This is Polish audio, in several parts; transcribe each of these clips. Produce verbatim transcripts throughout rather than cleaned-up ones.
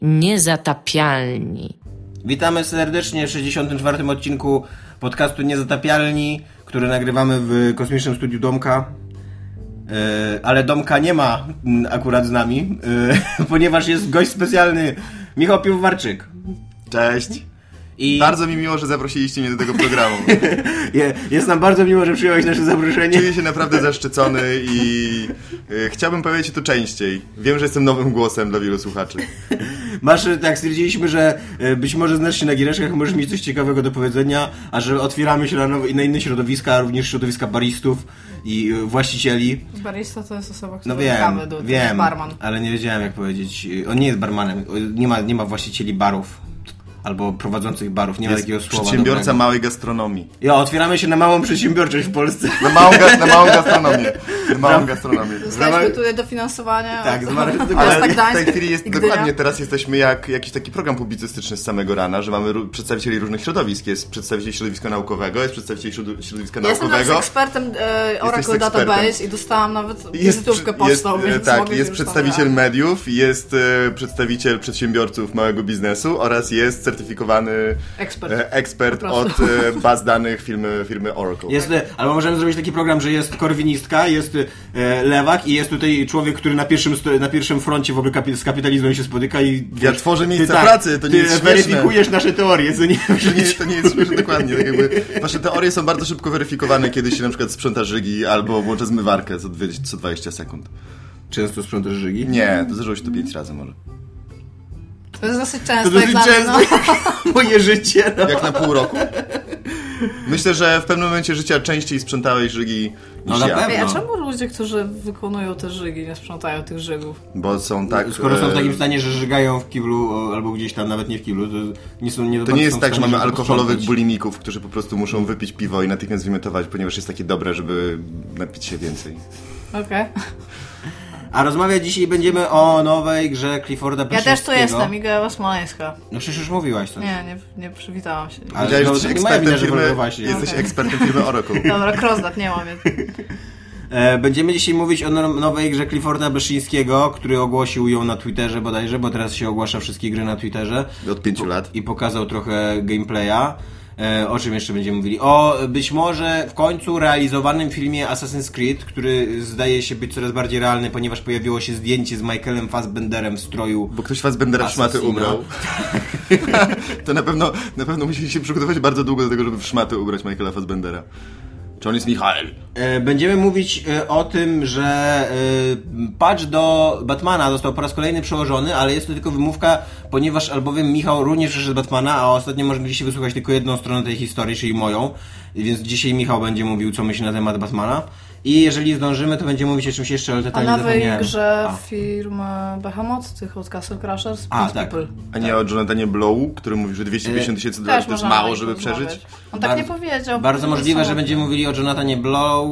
Niezatapialni. Witamy serdecznie w sześćdziesiątym czwartym odcinku podcastu Niezatapialni, który nagrywamy w kosmicznym studiu Domka. Yy, ale Domka nie ma akurat z nami, yy, ponieważ jest gość specjalny, Michał Piwowarczyk. Cześć. I... Bardzo mi miło, że zaprosiliście mnie do tego programu. Jest nam bardzo miło, że przyjąłeś nasze zaproszenie. Czuję się naprawdę zaszczycony i yy, chciałbym powiedzieć to częściej. Wiem, że jestem nowym głosem dla wielu słuchaczy. Masz, tak stwierdziliśmy, że być może znasz się na giereczkach, możesz mieć coś ciekawego do powiedzenia, a że otwieramy się na, nowe, na inne środowiska, również środowiska baristów i właścicieli. Barista to jest osoba, która no wiem, kawę do, to wiem, jest barman. Ale nie wiedziałem jak powiedzieć. On nie jest barmanem, nie ma, nie ma właścicieli barów. Albo prowadzących barów, nie ma takiego słowa. Przedsiębiorca dobrego. Małej gastronomii. Jo, otwieramy się na małą przedsiębiorczość w Polsce. Na małą, ga- na małą gastronomię. Na małą gastronomię. Dostaliśmy tutaj dofinansowania. Tak, od... ale w tej chwili jest dokładnie, teraz jesteśmy jak jakiś taki program publicystyczny z samego rana, że mamy ró- przedstawicieli różnych środowisk. Jest przedstawiciel środowiska naukowego, jest przedstawiciel środowiska ja naukowego. Jestem ekspertem e, Oracle Database i dostałam nawet wizytówkę pocztą, jest, więc tak, mogę jest przedstawiciel tam, mediów, jest e, przedstawiciel przedsiębiorców małego biznesu oraz jest certyfikowany ekspert, e, ekspert od e, baz danych firmy, firmy Oracle. Jest, albo możemy zrobić taki program, że jest korwinistka, jest e, lewak i jest tutaj człowiek, który na pierwszym, na pierwszym froncie w ogóle kapi- z kapitalizmem się spotyka i... Ja tworzę miejsca ty, pracy, to nie ty jest śmieszne. weryfikujesz nasze teorie, co nie... To nie, to nie jest śmieszne, dokładnie. Tak jakby wasze teorie są bardzo szybko weryfikowane, kiedy się na przykład sprząta żygi albo włącza zmywarkę co, co dwadzieścia sekund. Często sprzątasz żygi? Nie, to zdarzyło się to pięć razy może. To jest dosyć często. To dosyć często no. Moje życie. No. Jak na pół roku? Myślę, że w pewnym momencie życia częściej sprzątałeś żygi niż no, na ja. pewno. A czemu ludzie, którzy wykonują te żygi, nie sprzątają tych żygów? Bo są tak... Skoro są w takim stanie, że żygają w kiblu albo gdzieś tam, nawet nie w kiblu, to nie są... Nie to nie jest tak, że mamy alkoholowych posprzątać. bulimików, którzy po prostu muszą wypić piwo i natychmiast wymiotować, ponieważ jest takie dobre, żeby napić się więcej. Okej. Okay. A rozmawiać dzisiaj będziemy o nowej grze Clifforda Beszyńskiego. Ja też tu jestem, Iga Smoleńska. No przecież już mówiłaś to. Nie, nie, nie przywitałam się. Ale że jesteś ekspertem firmy, jesteś okay. ekspertem firmy Oracle. Dobra, crossdat, nie mam. Będziemy dzisiaj mówić o nowej grze Clifforda Beszyńskiego, który ogłosił ją na Twitterze bodajże, bo teraz się ogłasza wszystkie gry na Twitterze. Od pięciu lat. I pokazał trochę gameplaya. O czym jeszcze będziemy mówili? O być może w końcu realizowanym filmie Assassin's Creed, który zdaje się być coraz bardziej realny, ponieważ pojawiło się zdjęcie z Michaelem Fassbenderem w stroju. Bo ktoś Fassbendera w szmaty ubrał. To na pewno, na pewno musieli się przygotować bardzo długo do tego, żeby w szmaty ubrać Michaela Fassbendera. Czy on jest Michael? Będziemy mówić o tym, że patch do Batmana został po raz kolejny przełożony, ale jest to tylko wymówka, ponieważ albowiem Michał również przeszedł Batmana, a ostatnio mogliście wysłuchać tylko jedną stronę tej historii, czyli moją, więc dzisiaj Michał będzie mówił, co myśli na temat Batmana. I jeżeli zdążymy, to będziemy mówić o czymś jeszcze, ale totalnie zapomniałem. zapomniałem. O nowej grze firmy Behemoth, tych od Castle Crashers, A, tak. People. A nie tak. O Jonathanie Blowu, który mówił, że dwieście pięćdziesiąt tysięcy dolarów to jest mało, żeby przeżyć? On tak bardzo, nie powiedział. Bardzo możliwe, że będziemy mówili o Jonathanie Blow...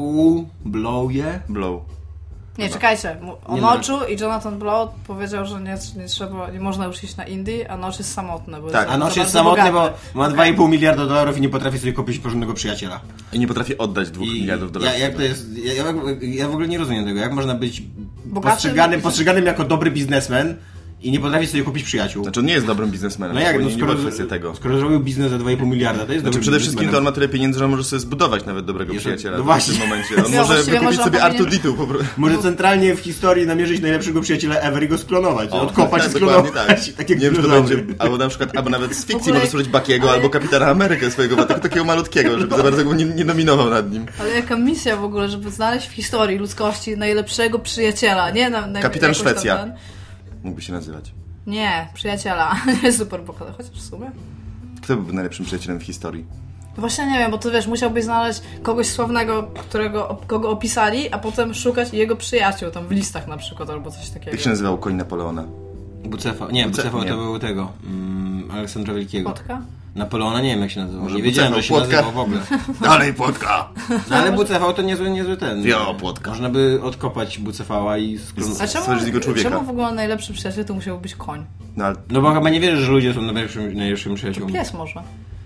Blowie? Blow. Nie, Chyba. czekajcie. O nie Noczu no. i Jonathan Blow powiedział, że nie, nie trzeba, nie można już iść na Indie, a Nocz jest samotny. Bo tak, jest a Nocz jest samotny, bogaty. Bo ma okay. dwa i pół miliarda dolarów i nie potrafi sobie kupić porządnego przyjaciela. I nie potrafi oddać dwóch miliardów dolarów. Ja, jak to jest, ja, ja, ja w ogóle nie rozumiem tego. Jak można być postrzeganym, postrzeganym jako dobry biznesmen i nie potrafi sobie kupić przyjaciół. Znaczy on nie jest dobrym biznesmenem. No jak, no nie, skoro, nie kwestia tego. skoro zrobił biznes za dwa i pół miliarda, to jest znaczy, dobry przede wszystkim to on ma tyle pieniędzy, że może sobie zbudować nawet dobrego Jeszcze, przyjaciela no właśnie. W tym momencie. On ja może wykupić może sobie powinien... Artuditu po prostu. Może centralnie w historii namierzyć najlepszego przyjaciela ever i go sklonować. O, odkopać tak, i sklonować. Tak. Tak jak nie wiem, czy to będzie. Albo na przykład, albo nawet z fikcji ogóle... może stworzyć Bakiego, ale... albo Kapitana Amerykę swojego, takiego, takiego malutkiego, żeby za bardzo go nie, nie dominował nad nim. Ale jaka misja w ogóle, żeby znaleźć w historii ludzkości najlepszego przyjaciela, nie? Na, na, Kapitan Szwecja. Mógłby się nazywać. Nie, przyjaciela. Super bohater, chociaż w sumie. Kto byłby najlepszym przyjacielem w historii? Właśnie nie wiem, bo to wiesz, musiałbyś znaleźć kogoś sławnego, którego, kogo opisali, a potem szukać jego przyjaciół, tam w listach na przykład, albo coś takiego. Jak się nazywał koń Napoleona? Bucefa. Nie, Bucefa, Bucefa to był tego. Mm, Aleksandra Wielkiego. Płotka? Napoleona nie wiem jak się nazywał. Może nie wiedziałem, że się Płotka? nazywał w ogóle. Dalej Płotka! No, ale Bucefa to niezły, niezły ten. Wio, Płotka. Można by odkopać Bucefa i sklonować. A czemu, z niego człowieka? Czemu w ogóle najlepszy przyjaciel to musiał być koń? No, ale... no bo chyba nie wierzysz, że ludzie są najlepszym, najlepszym przyjaciółmi. To pies może.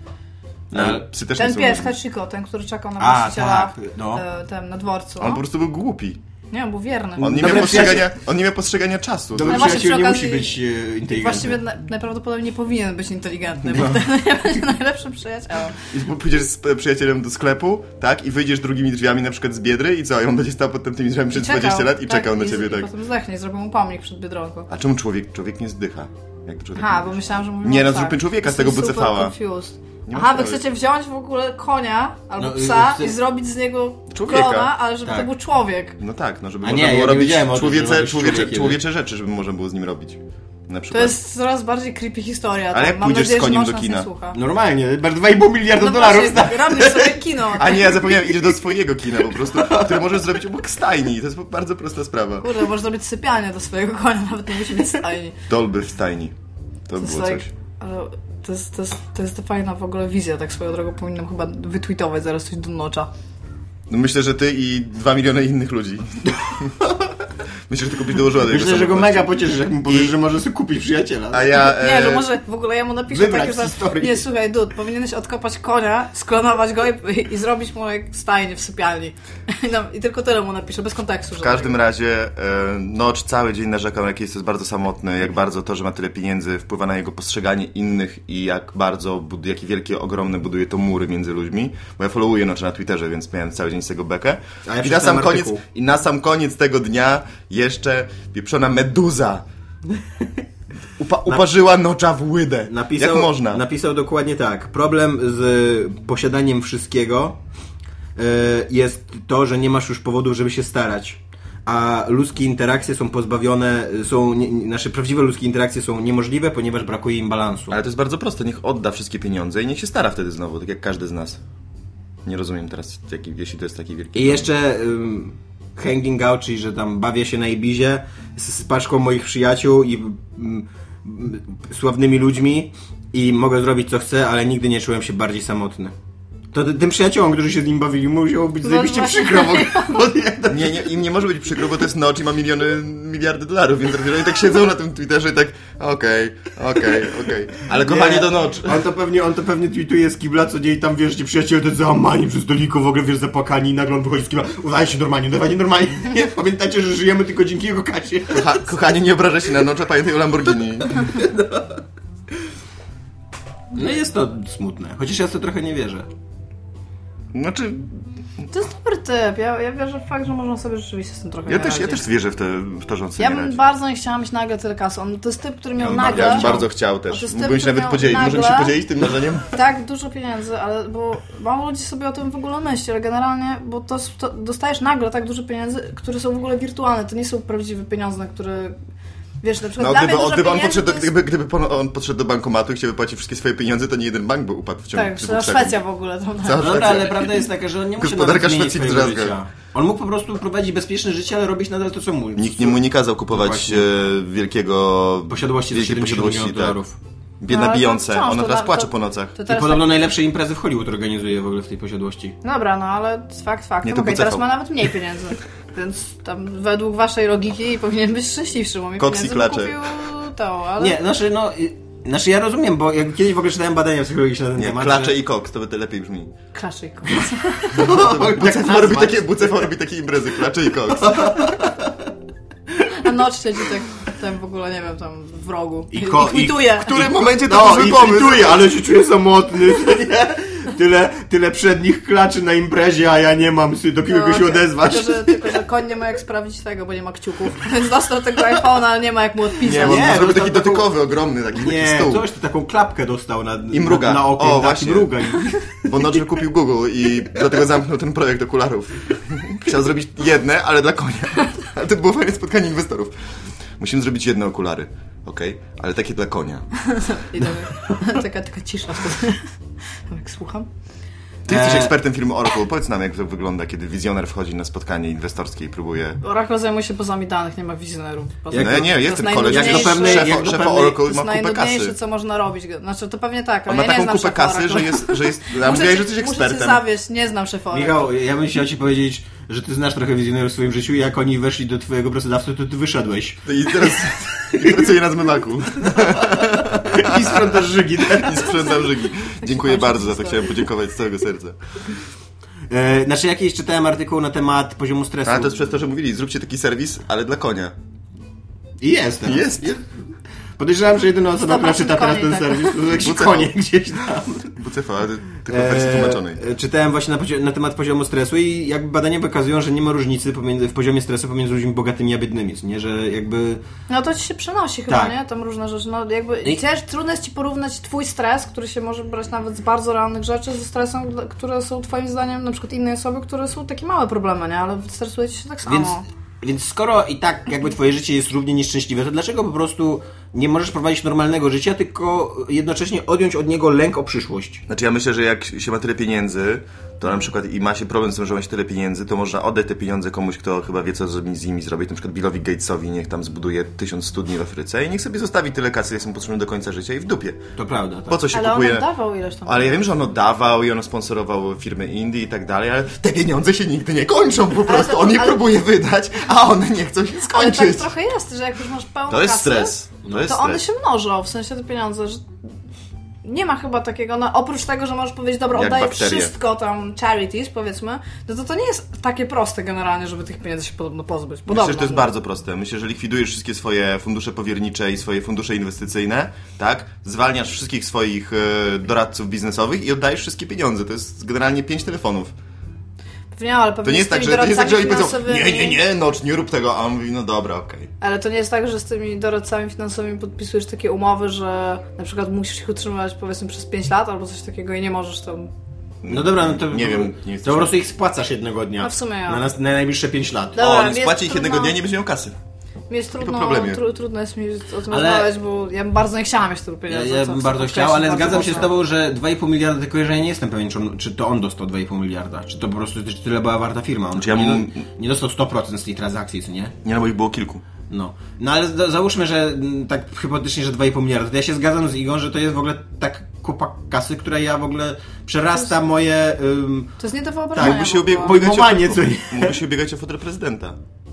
No, ale psy też ten nie pies, są Hachiko, ten, który czekał na właściciela właściciela tak, no. e, ten, na dworcu. On po prostu był głupi. Nie, on był wierny. On nie, Dobry miał postrzegania, przyjaciel- on nie miał postrzegania czasu. Dobry No właśnie, przyjaciel nie przy musi okazji- być e, inteligentny. Właściwie na, najprawdopodobniej nie powinien być inteligentny, bo wtedy nie będzie najlepszym przyjacielem. I pójdziesz z p- przyjacielem do sklepu, tak? I wyjdziesz drugimi drzwiami na przykład z Biedry i co? I on będzie stał pod tymi drzwiami przez I czekał, dwadzieścia lat i tak, czekał na i, ciebie, i tak. potem zdechnie, zrobił mu pomnik przed Biedronką. A czemu człowiek, człowiek nie zdycha? Jak to człowiek Aha, nie bo zdycha? myślałam, że mówimy Nie, no o psach. zróbmy człowieka z tego Jestem super bucefała. confused. Nie ma Aha, wy sprawy. chcecie wziąć w ogóle konia albo No, psa chcę- i zrobić z niego Człowieka. klona, ale żeby Tak. to był człowiek. No tak, no żeby A można nie, było ja nie robić wiedziałem o tym, że ma człowiece, być człowiecze, człowiekiem. człowiecze rzeczy, żeby można było z nim robić. Na To przykład. jest coraz bardziej creepy historia. Ale tam. jak Mam pójdziesz nadzieję, z koniem że mąż do nas kina? nie słucha. Normalnie, dwa i pół miliarda No dolarów. właśnie, robisz sobie kino. A nie, ja zapomniałem, idę do swojego kina po prostu, które możesz zrobić obok stajni. To jest bardzo prosta sprawa. Kurde, możesz zrobić sypialnię do swojego konia, nawet nie musi być stajni. Dolby w stajni. To, To było jest like, coś. ale to jest, to, jest, to jest fajna w ogóle wizja, tak swoją drogą powinnam chyba wytweetować zaraz coś do nocza. No myślę, że ty i dwa miliony innych ludzi. Myślę, że tylko byś dołożyła do jego Myślę, że go samotności. mega pocieszysz, jak mu powiesz, że może sobie kupić przyjaciela. A ja... Nie, e, że może w ogóle ja mu napiszę wybrać takie, z że historii. nie, słuchaj, dude, powinieneś odkopać konia, sklonować go i, i zrobić mu jak stajnię w sypialni. I, no, I tylko tyle mu napiszę, bez kontekstu. W każdym razie e, Notch cały dzień narzekał, jak jest bardzo samotny, jak bardzo to, że ma tyle pieniędzy wpływa na jego postrzeganie innych i jak bardzo, bud- jakie wielkie, ogromne buduje to mury między ludźmi. Bo ja followuję Notcha na Twitterze, więc miałem cały dzień z tego bekę. A ja I, na sam przeczytałem koniec, artykuł. I na sam koniec tego dnia jeszcze pieprzona meduza upa- uparzyła Notcha w łydę. Napisał, Jak można? Napisał dokładnie tak. Problem z posiadaniem wszystkiego y, jest to, że nie masz już powodów, żeby się starać. A ludzkie interakcje są pozbawione, są nie, nasze prawdziwe ludzkie interakcje są niemożliwe, ponieważ brakuje im balansu. Ale to jest bardzo proste. Niech odda wszystkie pieniądze i niech się stara wtedy znowu, tak jak każdy z nas. Nie rozumiem teraz, jaki, jeśli to jest taki wielki... I jeszcze ym, hanging out, czyli że tam bawię się na Ibizie z, z paczką moich przyjaciół i ym, ym, sławnymi ludźmi i mogę zrobić co chcę, ale nigdy nie czułem się bardziej samotny. To ty- tym przyjaciołom, którzy się z nim bawili, musiało być No zajebiście właśnie. przykro. Bo, bo, Nie, nie, im nie może być przykro, bo to jest Notch i ma miliony, miliardy dolarów, więc oni tak siedzą na tym Twitterze i tak okej, okej, okej. Ale kochanie to Notch. On to pewnie, on to pewnie tweetuje z kibla, co dzień tam, wiesz, ci przyjaciele to załamani przy stoliku, w ogóle, wiesz, zapłakani i nagle on wychodzi z kibla. Udaj się normalnie, dawaj nie normalnie. Nie, pamiętajcie, że żyjemy tylko dzięki jego kasie. Kocha, kochanie, nie obraża się na Notcha, pamiętaj o Lamborghini. No jest to smutne, chociaż ja w to trochę nie wierzę. Znaczy, To jest dobry typ. Ja, ja wierzę w fakt, że można sobie rzeczywiście z tym trochę ja nie też, ja radzić. też wierzę w, te, w to, że on sobie Ja nie bym radzi. bardzo nie chciała mieć nagle tyle kasy. On, to jest typ, który miał Ja nagle... bym bardzo chciał A to też. jest Mógłbym typ, się nawet który podzielić. miał Możemy się nagle- podzielić tym marzeniem? Tak, dużo pieniędzy, ale bo mało ludzi sobie o tym w ogóle myśli, ale generalnie, bo to, to dostajesz nagle tak dużo pieniędzy, które są w ogóle wirtualne, to nie są prawdziwe pieniądze, na które, wiesz, na przykład No, dla gdyby, mnie on, dużo gdyby, on pieniędzy podszedł, do- to jest... gdyby, gdyby pon- on podszedł do bankomatu i chciał wypłacić wszystkie swoje pieniądze, to nie jeden bank by upadł w ciągu Tak, dwóch cała sekund. Szwecja w ogóle. To, Cała No dobra, ale prawda jest taka, że on nie musi Gospodarka nawet zmienić Szwecji swojego wdręga. życia. On mógł po prostu prowadzić bezpieczne życie, ale robić nadal to, co mówi. Nikt nie mu nie kazał kupować Właśnie. e, wielkiego... Posiadłości za wielkiej siedemdziesiąt posiadłości, milionów dolarów. Biedna No, ale to Beyoncé, wciąż, ona to teraz na- płacze to- po nocach. to I teraz podobno najlepsze imprezy w Hollywood organizuje w ogóle w tej posiadłości. tak... Dobra, no ale fakt faktem, Nie, to okej, bucefał. teraz ma nawet mniej pieniędzy, więc tam według waszej logiki powinien być szczęśliwszy, bo mi Koks i pieniędzy by klacze. kupił to, ale... Nie, znaczy no... y, Znaczy ja rozumiem, bo jak kiedyś w ogóle czytałem badania psychologiczne na ten Nie, temat, klacze że... i koks, to by lepiej brzmi. Klaszy i koks. Bucefał robi takie, Bucefał robi takie imprezy, klacze i koks. A Notch siedzi tak tam w ogóle, nie wiem, tam w rogu I i, ko- i tweetuje. W którym momencie to No był zły i pomysł? tweetuje, ale się czuję samotny. Tyle, tyle przednich klaczy na imprezie, a ja nie mam sy- do kogo No, się odezwać. Tylko że, tylko, że koń nie ma jak sprawdzić tego, bo nie ma kciuków. Więc dostał tego iPhone'a, ale nie ma jak mu odpisać. Nie, bo Nie, on zrobił dostał taki taką- dotykowy, ogromny, taki, taki Nie, stół. coś, to taką klapkę dostał na, I mruga. na, na oknie. O, tak, właśnie. I mruga. I... Bo Notch wykupił Google i dlatego zamknął ten projekt okularów. Chciał zrobić jedne, ale dla konia. Ale to było fajne spotkanie inwestorów. Musimy zrobić jedne okulary, okej? Ale takie dla konia. I tak, taka, taka cisza wtedy. Jak słucham. Ty jesteś Eee. ekspertem firmy Oracle. Powiedz nam, jak to wygląda, kiedy wizjoner wchodzi na spotkanie inwestorskie i próbuje... Oracle zajmuje się pozami danych, nie ma wizjonerów. Poza Jak No tym, nie, to jest ten koleś, jak do najnudniejsze- pewnej- szefa, jak do szefa pewnej- Oracle To jest ma kupę najnudniejsze, kasy. co można robić. Znaczy, to pewnie tak, ale On ja ma nie taką znam kupę szefa kasy, Oracle. że jest... Że jest ja Muszę mówię, ci- że jesteś Muszę cię ekspertem. zawieść, nie znam szefa Oracle. Michał, ja bym chciał ci powiedzieć, że ty znasz trochę wizjonerów w swoim życiu i jak oni weszli do twojego pracodawcy, to ty wyszedłeś. I teraz i pracuję na zmywaku. I sprzątasz żygi. I sprzętam żygi. Dziękuję bardzo za to. Chciałem podziękować z całego serca. E, znaczy jakiś czytałem artykuł na temat poziomu stresu. Ale to jest przez to, że mówili, zróbcie taki serwis, ale dla konia. I jest. Teraz. Jest. jest. Podejrzewam, że jedyna osoba, która czyta teraz ten tak. serwis, to jakiś Bucefa. konie gdzieś tam. Bucefa, ale tylko w wersji tłumaczonej. E, czytałem właśnie na, pozi- na temat poziomu stresu i jakby badania pokazują, że nie ma różnicy pomiędzy, w poziomie stresu pomiędzy ludźmi bogatymi a biednymi, nie? Że jakby... No to ci się przenosi chyba, Tak. nie? Tam różne rzeczy. No jakby I- też trudno jest ci porównać twój stres, który się może brać nawet z bardzo realnych rzeczy, ze stresem, które są twoim zdaniem na przykład innej osoby, które są takie małe problemy, nie? Ale stresuje ci się tak samo. Więc, więc skoro i tak jakby twoje życie jest równie nieszczęśliwe, to dlaczego po prostu nie możesz prowadzić normalnego życia, tylko jednocześnie odjąć od niego lęk o przyszłość? Znaczy ja myślę, że jak się ma tyle pieniędzy, to na przykład i ma się problem z tym, że ma się tyle pieniędzy, to można oddać te pieniądze komuś, kto chyba wie, co z nimi zrobić. Na przykład Billowi Gatesowi, niech tam zbuduje tysiąc studni w Afryce i niech sobie zostawi tyle kasy, jak mu potrzebne do końca życia i w dupie. To prawda, tak. Po co się Ale kupuje... on oddawał ileś tam. Ale ja wiem, że on oddawał i on sponsorował firmy indie i tak dalej, ale te pieniądze się nigdy nie kończą po prostu. to- On je ale- próbuje wydać, a one nie chcą się Ale skończyć. tak trochę jest, że jak już masz pełną To jest kasy, stres. To jest to one stres. się mnożą, w sensie te pieniądze, że nie ma chyba takiego, no oprócz tego, że możesz powiedzieć, dobra, Jak oddaję bakterie. wszystko tam charities, powiedzmy, no to to nie jest takie proste generalnie, żeby tych pieniędzy się podobno pozbyć. Podobno. Myślę, że to jest bardzo proste. Myślę, że likwidujesz wszystkie swoje fundusze powiernicze i swoje fundusze inwestycyjne, tak? Zwalniasz wszystkich swoich e, doradców biznesowych i oddajesz wszystkie pieniądze. To jest generalnie pięć telefonów. Nie, ale To pewnie nie jest z tak, tymi że, to nie jest tak, że oni doradcami powiedzą, nie, finansowymi- nie, nie, no nie rób tego, a on mówi, no dobra, okej. Ale to nie jest tak, że z tymi doradcami finansowymi podpisujesz takie umowy, że na przykład musisz ich utrzymywać powiedzmy przez pięć lat albo coś takiego i nie możesz tam... No dobra, no to... Nie wiem, nie To po prostu ich spłacasz jednego dnia. No w sumie ja. Na, nas, na najbliższe pięć lat. Dobra, O, on mi spłaci jest ich jednego trudno- dnia, nie będzie miał kasy. Mi jest trudno, problemie. tru, trudno jest mi o tym Ale- rozmawiać, bo ja bym bardzo nie chciała mieć tylu Ja, pieniędzy. ja co bym chcę bardzo podkreślić chciał, ale bardzo zgadzam się z mocno. tobą, że dwa i pół miliarda, tylko że ja nie jestem pewien, czy on, czy to on dostał dwa i pół miliarda. Czy to po prostu czy tyle była warta firma. On Czy ja nie, mu- nie dostał sto procent z tej transakcji, co nie? Nie, no bo ich było kilku. No. No ale za- załóżmy, że mm, tak hipotetycznie, że dwa i pół miliarda. To ja się zgadzam z Igą, że to jest w ogóle tak kupa kasy, która ja w ogóle przerasta moje... Ym, To jest nie do Tak, wyobrażenia. mógłby się w ogóle. ubie- ubiegać o, Pojmowanie, co nie? mógłby się ubiegać o fotel prezydenta.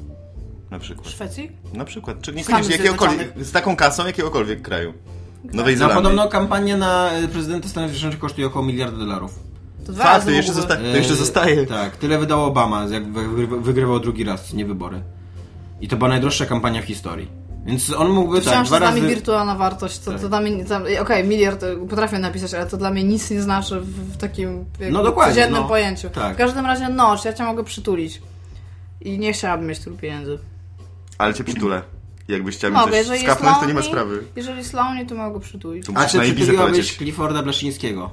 Na W przykład. Szwecji? Na przykład. Czy Stanów niekoniecznie jakiegokolwiek, Zjednoczonych. z taką kasą jakiegokolwiek kraju. Nowej No Zelandii. podobno kampania na y, prezydenta Stanów Zjednoczonych kosztuje około miliarda dolarów. To dwa Fakt, razy to jeszcze, mógłby. zosta- to jeszcze Yy, zostaje. Tak, tyle wydał Obama, jak wy- wygrywał drugi raz, nie wybory. I to była najdroższa kampania w historii. Więc on mógłby Wciąż tak, dwa to dla razy... mnie wirtualna wartość. To, to dla mnie, tam- okej, miliard y, potrafię napisać, ale to dla mnie nic nie znaczy w, w takim jakby No dokładnie, codziennym no. pojęciu. Tak. W każdym razie, no, czy ja cię mogę przytulić. I nie chciałabym mieć tylu pieniędzy. Ale cię przytulę. Jakbyś chciał mi Mogę, coś jeżeli jest skapnąć, to nie ma lonely, sprawy. jeżeli slownie, to mogę przytulić. To A musisz czy na Ibizę przytuliłabyś polecieć. Clifforda Blaszyńskiego?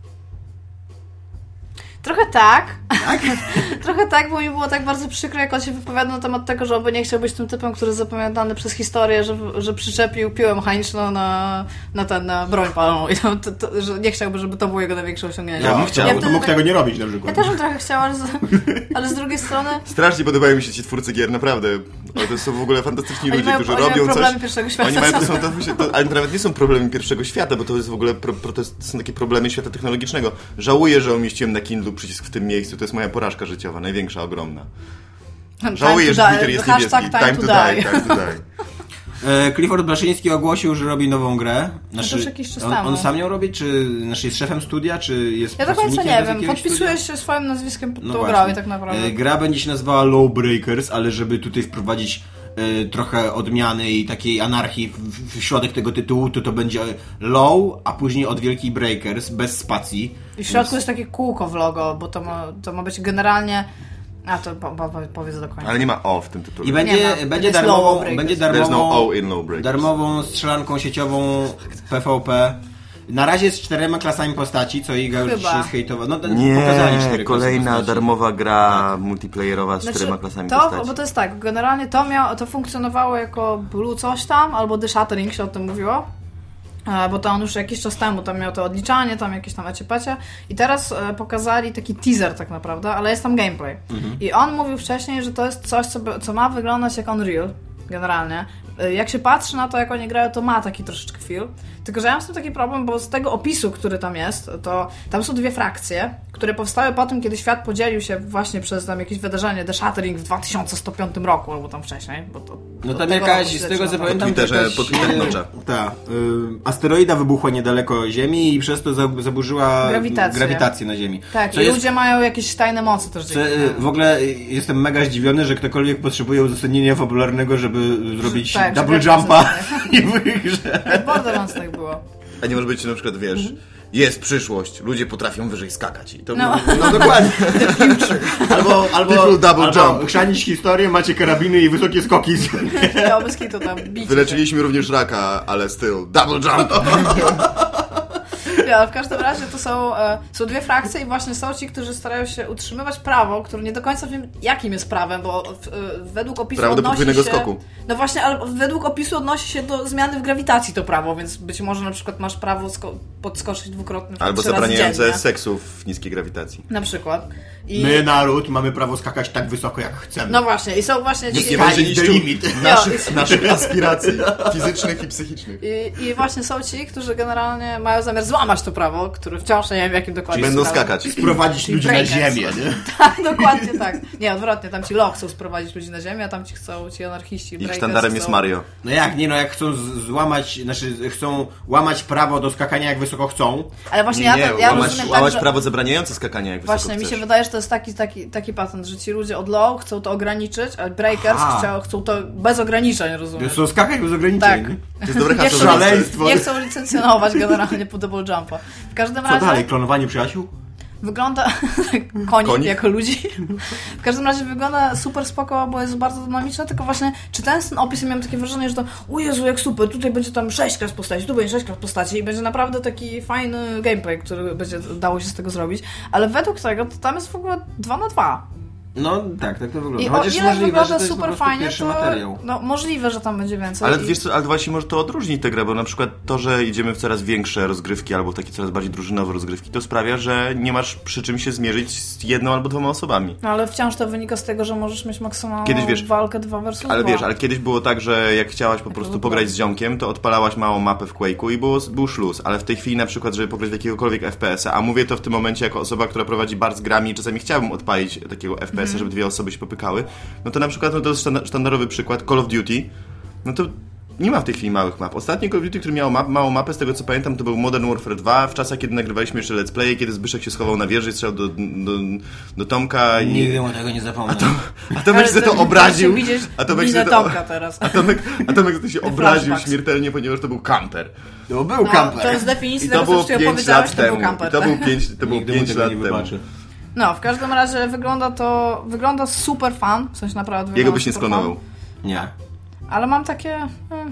Trochę tak. tak? Trochę tak, bo mi było tak bardzo przykro, jak on się wypowiada na temat tego, że on by nie chciał być tym typem, który jest zapamiętany przez historię, że, że przyczepił piłę mechaniczną na, na, ten, na broń palną i to, to, to, że nie chciałby, żeby to było jego największe osiągnięcie. Ja bym chciał, to wtedy mógł tak- tego nie robić na Ja przykład. też bym trochę chciała, ale z, ale z drugiej strony Strasznie podobają mi się ci twórcy gier, naprawdę. Ale to są w ogóle fantastyczni Oni ludzie, mają- którzy oni mają robią problemy coś. pierwszego świata. Oni mają, to są, to, to, ale to nawet nie są problemy pierwszego świata, bo to jest w ogóle pro, pro, to są takie problemy świata technologicznego. Żałuję, że umieściłem na Kindle przycisk w tym miejscu. To jest moja porażka życiowa, największa, ogromna. Żałuję, że Twitter jest niebieski. Hashtag time to die. Time to die. E, Clifford Blaszyński ogłosił, że robi nową grę. Znaczy, to już jakiś czas on, temu. on sam ją robi, czy znaczy jest szefem studia, czy jest Ja do końca pracownikiem nie bez wiem, jakiegoś podpisujesz studia? się swoim nazwiskiem pod No tą właśnie. grą i tak naprawdę. E, Gra będzie się nazywała Lawbreakers, ale żeby tutaj wprowadzić e, trochę odmiany i takiej anarchii w, w środek tego tytułu, to to będzie Low, a później od wielkiej Breakers, bez spacji. I w środku jest takie kółko w logo, bo to ma, to ma być generalnie... A, to po, po, powiedz do końca. Ale nie ma O w tym tytule. I będzie, Nie ma. będzie, Jest darmową, Lawbreakers. będzie There's darmową, no O in Lawbreakers. darmową strzelanką sieciową P V P. Na razie z czterema klasami postaci, co Iga już Chyba. się zhejtował. No, pokazali cztery Nie, klasy kolejna postaci. darmowa gra multiplayerowa z czterema klasami Znaczy, to, postaci. bo to jest tak, generalnie to, miało, to funkcjonowało jako Blue coś tam, albo The Shattering się o tym mówiło. E, Bo to on już jakiś czas temu tam miał to odliczanie, tam jakieś tam eciepecie i teraz e, pokazali taki teaser tak naprawdę, ale jest tam gameplay. Mhm. I on mówił wcześniej, że to jest coś, co, by, co ma wyglądać jak Unreal, generalnie. jak się patrzy na to, jak oni grają, to ma taki troszeczkę feel. Tylko, że ja mam z tym taki problem, bo z tego opisu, który tam jest, to tam są dwie frakcje, które powstały po tym, kiedy świat podzielił się właśnie przez tam jakieś wydarzenie The Shattering w dwa tysiące sto piątym roku, albo tam wcześniej, bo to... No tam jakaś, z tego co pamiętam, po Twitterze, jakaś, po Twitterze nocza. Ta, y, asteroida wybuchła niedaleko Ziemi i przez to zaburzyła grawitację, grawitację na Ziemi. Tak, co i jest, ludzie mają jakieś tajne mocy też. co, y, w ogóle jestem mega zdziwiony, że ktokolwiek potrzebuje uzasadnienia fabularnego, żeby zrobić tak, double jumpa i w grze. W Borderlands tak było. A nie może być na przykład, wiesz, mhm. jest przyszłość, ludzie potrafią wyżej skakać. I to no. Było... no dokładnie. albo albo, double albo jump. chrzanić historię, macie karabiny i wysokie skoki. Ja bez kitu tam bić. Wyleczyliśmy również raka, ale still, double jump. Ja, ale w każdym razie to są, e, są dwie frakcje i właśnie są ci, którzy starają się utrzymywać prawo, które nie do końca wiem, jakim jest prawem, bo w, e, według opisu prawo do odnosi podwójnego się... skoku. No właśnie, ale według opisu odnosi się do zmiany w grawitacji to prawo, więc być może na przykład masz prawo sko- podskoczyć dwukrotnie albo zabraniające seksu w niskiej grawitacji. Na przykład. I... My, naród, mamy prawo skakać tak wysoko, jak chcemy. No właśnie, i są właśnie... Nikt ci... nie będzie niszczył limit naszych, naszych aspiracji fizycznych i psychicznych. I, I właśnie są ci, którzy generalnie mają zamiar złamać to prawo, które wciąż nie wiem w jakim dokładnie... Czyli będą prawo. skakać. Sprowadzić ludzi na ziemię, nie? Tak, dokładnie tak. Nie, odwrotnie, tam ci loch chcą sprowadzić ludzi na ziemię, a tam ci chcą ci anarchiści. Ich sztandarem chcą... jest Mario. No jak, nie no, jak chcą z- złamać, znaczy chcą łamać prawo do skakania jak wysoko chcą. Ale właśnie Nie, nie, ja, to, ja łamać, rozumiem łamać tak, że... prawo zabraniające skakania jak wysoko Właśnie, chcesz. mi się wydaje, że to jest taki, taki, taki patent, że ci ludzie od low chcą to ograniczyć, a breakers chcą, chcą to bez ograniczeń, rozumiem. Chcą skakać bez ograniczeń. Tak. Nie? To jest dobre Nie hasło. chcą, Szaleństwo. nie chcą licencjonować generalnie po double jumpa. W każdym Co razie... dalej, klonowanie przyjaciół? Wygląda... Koni, Koni? jako ludzi. W każdym razie wygląda super spoko, bo jest bardzo dynamiczne, tylko właśnie czytając ten opis, ja miałem takie wrażenie, że to o Jezu, jak super, tutaj będzie tam sześć klas postaci, tu będzie sześć klas postaci i będzie naprawdę taki fajny gameplay, który będzie dało się z tego zrobić, ale według tego to tam jest w ogóle dwa na dwa. No tak, tak to wygląda. I Chociaż o ile możliwe, wygląda że to jest super po prostu fajnie, pierwszy to materiał. no, możliwe, że tam będzie więcej. Ale i... wiesz co, ale właśnie może to odróżnić tę grę, bo na przykład to, że idziemy w coraz większe rozgrywki albo w takie coraz bardziej drużynowe rozgrywki, to sprawia, że nie masz przy czym się zmierzyć z jedną albo dwoma osobami. No ale wciąż to wynika z tego, że możesz mieć maksymalną Kiedyś, wiesz, walkę dwa versus Ale dwa. wiesz, ale kiedyś było tak, że jak chciałaś po prostu pograć z ziomkiem, to odpalałaś małą mapę w Quake'u i było, był szluz, ale w tej chwili na przykład, żeby pograć w jakiegokolwiek F P S a, a mówię to w tym momencie jako osoba, która prowadzi bar z grami, czasami chciałbym odpalić takiego F P S a, mm. żeby dwie osoby się popykały, no to na przykład, no to jest sztandarowy przykład, Call of Duty, no to nie ma w tej chwili małych map. Ostatni Call of Duty, który miał map, małą mapę, z tego co pamiętam, to był Modern Warfare dwa, w czasach, kiedy nagrywaliśmy jeszcze let's play, kiedy Zbyszek się schował na wieży i strzelał do, do, do Tomka i... Nigdy mu tego nie zapomnę. A, to, a Tomek się to obraził, widzieć a Tomek się to, Tomka teraz. a Tomek, a Tomek to się obraził Flashbacks. śmiertelnie, ponieważ to był kamper. To był No, kamper. to jest definicja I to tego, było co już pięć opowiedziałeś, lat to był temu. kamper. I to tak? był pięć, to było Nigdy mu pięć tego lat nie temu. wybaczę. No, w każdym razie wygląda to, wygląda super fan, w sensie naprawdę Jego wygląda byś nie super sklonował. fan. Nie. Ale mam takie... Hmm.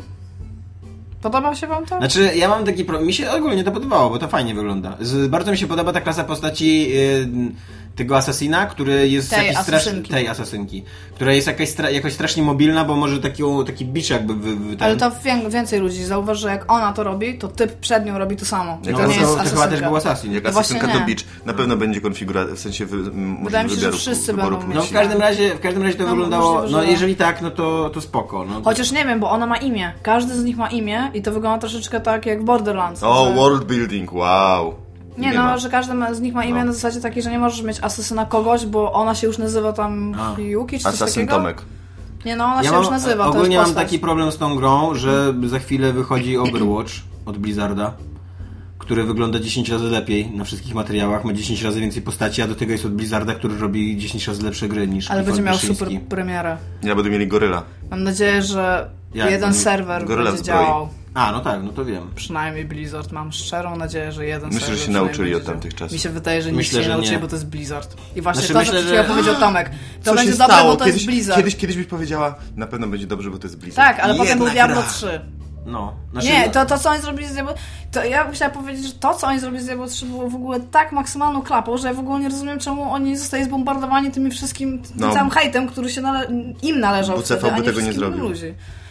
Podoba się wam to? Znaczy, ja mam taki problem. Mi się ogólnie to podobało, bo to fajnie wygląda. Z, bardzo mi się podoba ta klasa postaci yy, tego asasina, który jest tej jakiś asasynki. straszny. Tej asasynki. Która jest jakaś stra- jakoś strasznie mobilna, bo może taki, taki bicz jakby wy, wy, ten... Ale to wię- więcej ludzi zauważy, że jak ona to robi, to typ przed nią robi to samo. Jak No, to to, nie jest to, to chyba asasynka. też był asasin. Jak No właśnie asasynka to nie. Beach. Na pewno będzie konfiguracja, w sensie wy, m, Wydaje mi się, że wyboru, wszyscy wyboru będą No płci. w każdym razie, w każdym razie to No, wyglądało, możliwe, no że- jeżeli tak, no to, to spoko. No. Chociaż nie wiem, bo ona ma imię. Każdy z nich ma imię i to wygląda troszeczkę tak jak Borderlands. O, że... world building, wow. Nie, Nie no, ma. że każdy ma- z nich ma imię No. na zasadzie takiej, że nie możesz mieć asesyna kogoś, bo ona się już nazywa tam A. Yuki czy coś Assassin takiego. Tomek. Nie, no ona Ja się mam, już nazywa, to ogólnie jest mam postać. taki problem z tą grą, że za chwilę wychodzi Overwatch od Blizzarda, który wygląda dziesięć razy lepiej na wszystkich materiałach, ma dziesięć razy więcej postaci, a do tego jest od Blizzarda, który robi dziesięć razy lepsze gry niż Ale będzie miał Wyszyński. super premierę. Ja będę mieli goryla. Mam nadzieję, że Jak? jeden Oni- serwer Goryla będzie w zbroi. działał. A, no tak, no to wiem. Przynajmniej Blizzard. Mam szczerą nadzieję, że jeden Myślę, serwer że się przynajmniej nauczyli będzie od tamtych działał. czasów. Mi się wydaje, że nic Myślę, się nie że nauczyli, nie. bo to jest Blizzard. I właśnie Znaczy, to, myślę, co że- że... powiedział Tomek. To Co będzie się dobre, stało? bo to kiedyś, jest Blizzard. Kiedyś, kiedyś byś powiedziała, na pewno będzie dobrze, bo to jest Blizzard. Tak, ale potem był Jedna Diablo gra. trzy. No. Znaczy, Nie, to, to co oni zrobili z Diablo... To ja bym chciała powiedzieć, że to co oni zrobili z Diablo trzy było w ogóle tak maksymalną klapą, że ja w ogóle nie rozumiem, czemu oni zostali zbombardowani tymi wszystkim, tym No. całym hejtem, który się nale... im należał W C V wtedy, a by nie tego nie wszystkim zrobił. ludzi.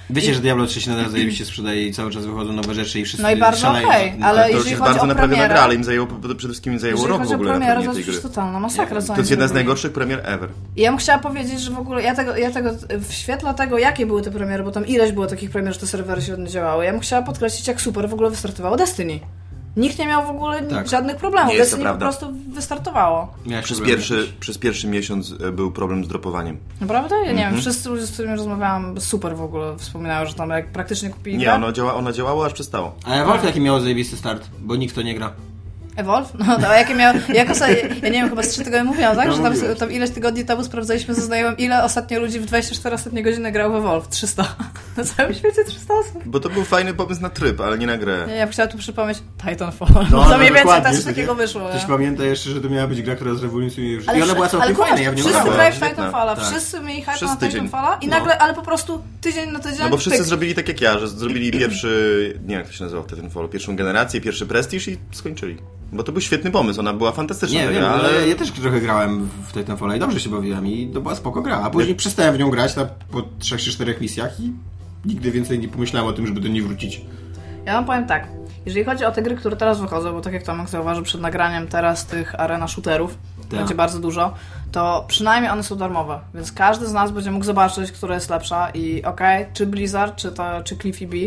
Wiecie, I... że Diablo trzy się nadal zajebiście sprzedaje i cały czas wychodzą nowe rzeczy i wszyscy No i bardzo okej, okay, ale to jeżeli już jest chodzi bardzo o naprawiona premierę... gra, ale im zajęło, przede wszystkim im zajęło rok w ogóle premierę, naprawienie to tej gry. jest totalna masakra. To jest jedna z najgorszych premier ever. I ja bym chciała powiedzieć, że w ogóle ja tego, ja tego w świetle tego, jakie były te premiery, bo tam ileś było takich premier, że te serwery się nie działały, ja bym chciała podkreślić, jak super w ogóle wystartowało Destiny. Nikt nie miał w ogóle tak. żadnych problemów. Destiny po prostu wystartowało. Przez pierwszy, przez pierwszy miesiąc był problem z dropowaniem. Naprawdę? Ja nie mm-hmm. wiem. Wszyscy ludzie, z którymi rozmawiałam, super w ogóle wspominają, że tam jak praktycznie kupili Nie, grę. ona, działa, ona działała, aż przestało. A Evolve jaki miało zajebisty start, bo nikt to nie gra. Evolve? No to jakie miał, jako sobie, ja nie wiem, chyba z trzy tygodnie mówiłam, tak? No, że tam, tam ileś tygodni temu sprawdzaliśmy ze znajomym, ile ostatnio ludzi w dwadzieścia cztery ostatnie godziny grało w Evolve. trzysta. Na całym świecie trzysta osób. Bo to był fajny pomysł na tryb, ale nie na grę. Ja, ja bym chciała tu przypomnieć Titanfall. No, to mniej więcej też takiego wyszło. Ktoś pamięta jeszcze, że to miała być gra, która zrewolucjonuje już. Ale I ona była całkiem fajna, ja w nią wszyscy grałem. grali w Titanfalla, tak. wszyscy mieli hype Przez na tydzień. Titanfalla i nagle, no. ale po prostu tydzień na tydzień... No bo wszyscy pyk. zrobili tak jak ja, że zrobili pierwszy, nie wiem jak to się nazywa w Titanfallu, pierwszą generację, pierwszy prestiż i skończyli. Bo to był świetny pomysł, ona była fantastyczna. Nie, gra, wiem, ale... ale ja też trochę grałem w Titanfalla i dobrze się bawiłem i to była spoko gra. A później nie. przestałem w nią grać na, po trzech czy czterech misjach i nigdy więcej nie pomyślałem o tym, żeby do niej wrócić. Ja wam powiem tak, jeżeli chodzi o te gry, które teraz wychodzą, bo tak jak Tomek zauważył przed nagraniem teraz tych arena shooterów, tak. będzie bardzo dużo, to przynajmniej one są darmowe, więc każdy z nas będzie mógł zobaczyć, która jest lepsza i okej, okay, czy Blizzard, czy, to, czy Cliffy B.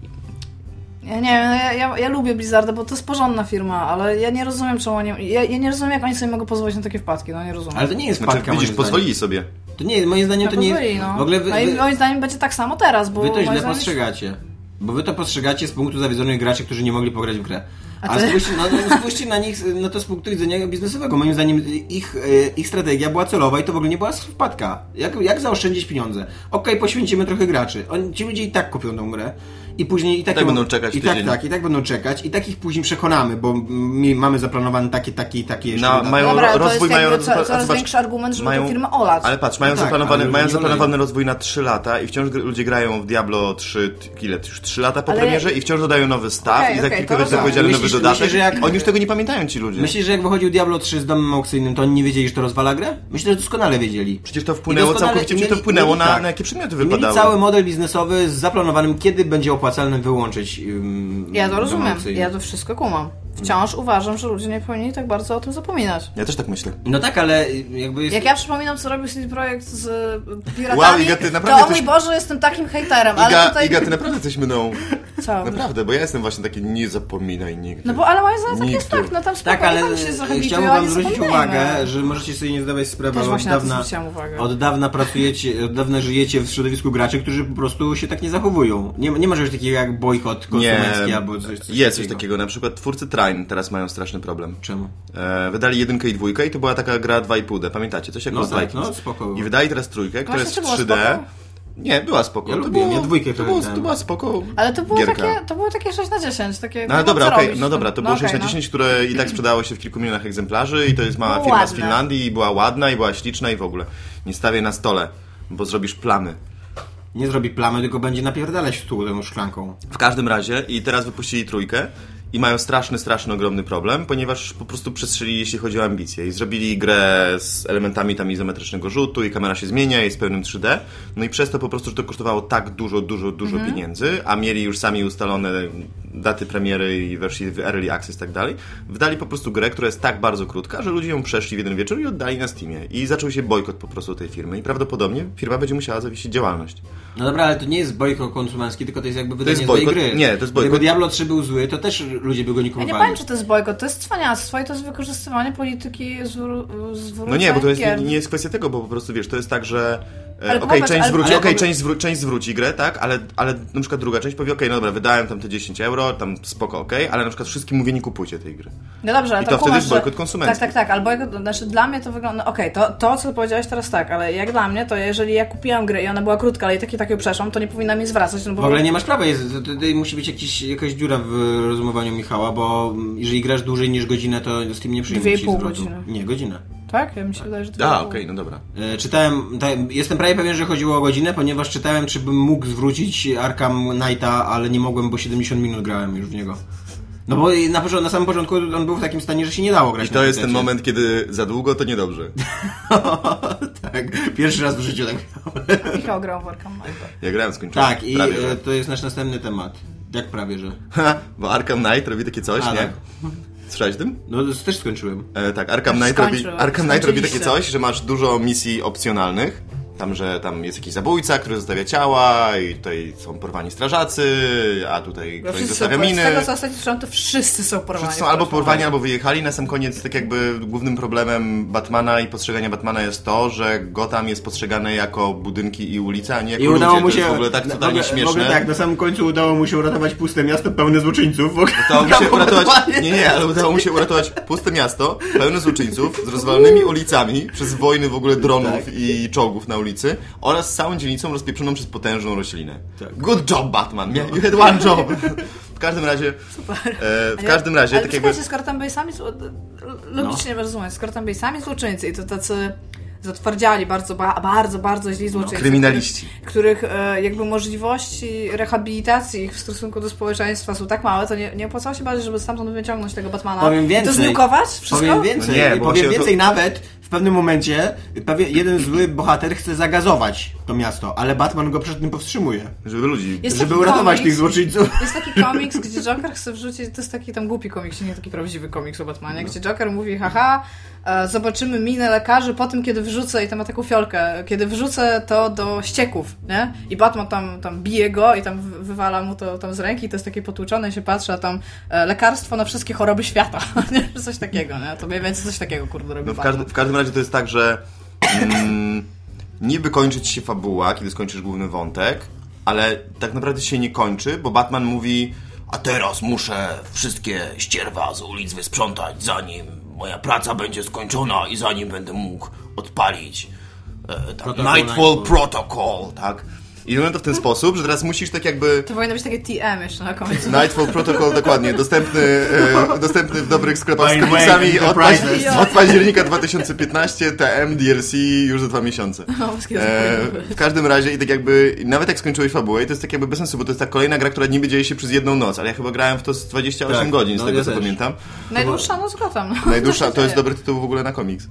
Ja nie wiem, ja, ja, ja lubię Blizzarda, bo to jest porządna firma, ale ja nie rozumiem, czemu oni... Ja, ja nie rozumiem, jak oni sobie mogą pozwolić na takie wpadki, no nie rozumiem. Ale to nie jest wpadka, znaczy, widzisz, pozwolili sobie. To nie, moim zdaniem no, to nie pozwoli, jest... No. W ogóle wy, no i wy, moim zdaniem będzie tak samo teraz, bo... Wy to źle zdaniem... postrzegacie. Bo wy to postrzegacie z punktu zawiedzonych graczy, którzy nie mogli pograć w grę. A, A ty... spójrzcie, no, no, spójrzcie na nich no to z punktu widzenia biznesowego. Moim zdaniem ich, ich strategia była celowa i to w ogóle nie była wpadka. Jak, jak zaoszczędzić pieniądze? Okej, okay, poświęcimy trochę graczy. Oni, ci ludzie i tak kupią tę grę. I później i tak, tak będą czekać i tak, tak, i tak będą czekać i tak ich później przekonamy, bo my mamy zaplanowane takie, takie i takie jeszcze. No, mają Dobra, rozwój, to jest mają roz... coraz zobacz, większy argument, żeby mają, tę firmę olać. Ale patrz, mają no tak, zaplanowany, mają zaplanowany nie rozwój na trzy lata i wciąż ludzie grają w Diablo trzy, ile? Już trzy lata po ale... premierze i wciąż dodają nowy staw okay, i za okay, kilka będzie zapowiedziany nowy myślisz, dodatek. myślisz, że jak... Oni już tego nie pamiętają, ci ludzie. Myślisz, że jak wychodził Diablo trzy z domem aukcyjnym, to oni nie wiedzieli, że to rozwala grę? Myślę, że doskonale wiedzieli. Przecież to wpłynęło całkowicie, mieli, to wpłynęło mieli, na, tak. na jakie przedmioty mieli wypadały. Mieli cały model biznesowy z zaplanowanym, kiedy będzie opłacalne wyłączyć um, Ja to rozumiem, ja to wszystko kumam. Wciąż uważam, że ludzie nie powinni tak bardzo o tym zapominać. Ja też tak myślę. No tak, ale jakby jest... Jak ja przypominam, co robił C D Projekt z piratami, wow, Iga, ty naprawdę to o mój coś... Boże, jestem takim hejterem, Iga, ale tutaj... Iga, ty naprawdę coś mną. Co? Naprawdę, bo ja jestem właśnie taki, nie zapominaj nigdy. No bo, ale moim zdaniem tak jest fakt, no tam spoko, tak, ale tam się trochę chciałbym wam zwrócić uwagę, że możecie sobie nie zdawać sprawy, Też od właśnie na to dawna, zwróciłam uwagę. od dawna pracujecie, od dawna żyjecie w środowisku graczy, którzy po prostu się tak nie zachowują. Nie, nie ma czegoś takiego jak bojkot konsumencki nie, albo coś, coś jest takiego. coś takiego, na przykład twórcy Trine teraz mają straszny problem. Czemu? E, wydali jedynkę i dwójkę i to była taka gra dwa i pół D, pamiętacie? Coś jak No Lost tak, Vikings. no spoko. I wydali teraz trójkę, która Właśnie, jest czy trzy była D. spoko? Nie, była spoko. Ja to lubiłem, było, ja dwójkę to, było, grałem. to była spoko Ale to było, gierka. takie, to było takie sześć na dziesięć. Takie, No ale no, dobra, co okej, robić? no dobra, to no, było okay, sześć na dziesięć, które i tak sprzedało się w kilku milionach egzemplarzy i to jest mała Było firma ładne. z Finlandii i była ładna i była śliczna i w ogóle. Nie stawię na stole, bo zrobisz plamy. Nie zrobi plamy, tylko będzie napierdalać w stół tą szklanką. W każdym razie i teraz wypuścili trójkę i mają straszny, straszny, ogromny problem, ponieważ po prostu przestrzelili, jeśli chodzi o ambicje i zrobili grę z elementami tam izometrycznego rzutu i kamera się zmienia i z pełnym trzy D, no i przez to po prostu, że to kosztowało tak dużo, dużo, dużo Mhm. pieniędzy, a mieli już sami ustalone daty premiery i weszli w early access i tak dalej, wydali po prostu grę, która jest tak bardzo krótka, że ludzie ją przeszli w jeden wieczór i oddali na Steamie i zaczął się bojkot po prostu tej firmy i prawdopodobnie firma będzie musiała zawiesić działalność. No dobra, ale to nie jest bojkot konsumencki, tylko to jest jakby wydanie jest bojkot- złej gry. nie, to jest bojkot- Gdyby Diablo trzy był zły, to też ludzie by go nie Ja kupowali. nie powiem, czy to jest bojkot, to jest cwaniactwo i to jest wykorzystywanie polityki zwró- zwrócenia No nie, bo to jest, gier. nie, nie jest kwestia tego, bo po prostu wiesz, to jest tak, że e, Ale okej, popatrz, część ale- zwróci, ale okej, popatrz- część, zwró- część zwróci grę, tak, ale, ale na przykład druga część powie, okej, no dobra, wydałem tam te dziesięć euro, tam spoko, okej, ale na przykład wszystkim mówię, nie kupujcie tej gry. No dobrze, ale I to wtedy kumasz, jest bojkot że- konsumencki. Tak, tak, tak, ale bojkot, znaczy dla mnie to wygląda, okej, to, to co powiedziałeś teraz tak, ale jak dla mnie, to jeżeli ja kupiłam grę i ona była krótka, ale i tak i tak ją przeszłam, to nie powinna mi zwracać, no bo... W ogóle nie masz prawa, jest, to, to, to musi być jakiś, jakaś dziura w rozumowaniu Michała, bo jeżeli grasz dłużej niż godzinę, to Steam nie przyjmie Dwie i ci pół zwrotu. godziny. Nie, godzinę. Tak? Ja mi się wydaje, że to A, było- okej, no dobra. E, czytałem, ta, jestem prawie pewien, że chodziło o godzinę, ponieważ czytałem, czy bym mógł zwrócić Arkham Knighta, ale nie mogłem, bo siedemdziesiąt minut grałem już w niego. No bo na, początku, na samym początku on był w takim stanie, że się nie dało grać I na to jest ten pececie. moment, kiedy za długo, to niedobrze. Tak. Tak, pierwszy raz w życiu tak miałem. Michał grał w Arkham Knight. Ja grałem, skończyłem. Tak, i prawie, że. to jest nasz następny temat. Jak prawie, że? Bo Arkham Knight robi takie coś, A, nie? tak. Słyszałeś o tym? No też skończyłem. E, tak, Arkham Knight, robi, Skończył. Arkham Knight robi takie Skończyliście. coś, że masz dużo misji opcjonalnych. Tam, że tam jest jakiś zabójca, który zostawia ciała i tutaj są porwani strażacy, a tutaj Bo ktoś wszyscy zostawia są, miny. z tego co ostatnio słyszałam, to wszyscy są porwani. Wszyscy są albo porwani, albo wyjechali. Na sam koniec tak jakby głównym problemem Batmana i postrzegania Batmana jest to, że Gotham jest postrzegane jako budynki i ulice, a nie jako I ludzie. udało mu To się... jest w ogóle tak w totalnie ogóle, śmieszne. W ogóle tak, na samym końcu udało mu się uratować puste miasto pełne złoczyńców. Udało mu się uratować, nie, nie, ale udało mu się uratować puste miasto, pełne złoczyńców, z rozwalonymi ulicami, przez wojny w ogóle dronów Tak. i czołgów na ulicy oraz całą dzielnicą rozpieprzoną przez potężną roślinę. Tak. Good job, Batman! You had one job! W każdym razie, Super. e, w każdym razie, ale tak jakby... słuchajcie, skoro tam byli sami, zło- logicznie no. rozumiem, skoro tam byli sami złoczyńcy i to tacy zatwardziali bardzo, ba- bardzo, bardzo źli złoczyńcy. No, kryminaliści. Których, których e, jakby możliwości rehabilitacji ich w stosunku do społeczeństwa są tak małe, to nie, nie opłacało się bardziej, żeby stamtąd wyciągnąć tego Batmana. Powiem I więcej. to zniukować wszystko? Powiem więcej, No nie, bo powiem właśnie więcej to- nawet w pewnym momencie pewien, jeden zły bohater chce zagazować to miasto, ale Batman go przed tym powstrzymuje. Żeby ludzi... Jest Żeby taki uratować komiks- tych złoczyńców. Jest taki komiks, gdzie Joker chce wrzucić, to jest taki tam głupi komiks, nie taki prawdziwy komiks o Batmanie, gdzie Joker mówi, haha, e, zobaczymy minę lekarzy po tym, kiedy wrzucę, i tam ma taką fiolkę, kiedy wrzucę to do ścieków, nie? I Batman tam, tam bije go i tam wy- wywala mu to tam z ręki, to jest takie potłuczone i się patrzy, a tam e, lekarstwo na wszystkie choroby świata, nie? Coś takiego, nie? To mniej więcej coś takiego, kurde, robi No w, Batman. każdy, w każdym razie to jest tak, że mm, niby kończy ci się fabuła, kiedy skończysz główny wątek, ale tak naprawdę się nie kończy, bo Batman mówi: a teraz muszę wszystkie ścierwa z ulic wysprzątać, zanim moja praca będzie skończona i zanim będę mógł odpalić e, tak, Protocol Nightfall, Nightfall. Protocol, tak? I robią to w ten sposób, że teraz musisz tak jakby... To powinno być takie T M jeszcze na końcu. Nightfall Protocol, dokładnie, dostępny, e, dostępny w dobrych sklepach z By the way, komiksami od, paź, Enterprises. od października dwa tysiące piętnastego, T M, D L C już za dwa miesiące. No, wszystkie E, zapomniałem. w każdym razie i tak jakby, nawet jak skończyłeś fabułę, to jest tak jakby bez sensu, bo to jest ta kolejna gra, która niby dzieje się przez jedną noc, ale ja chyba grałem w to z dwadzieścia osiem Tak, godzin, z no tego ja co też. pamiętam. Najdłuższa noc Gotham. No. Najdłuższa, się to jest dzieje. dobry tytuł w ogóle na komiks.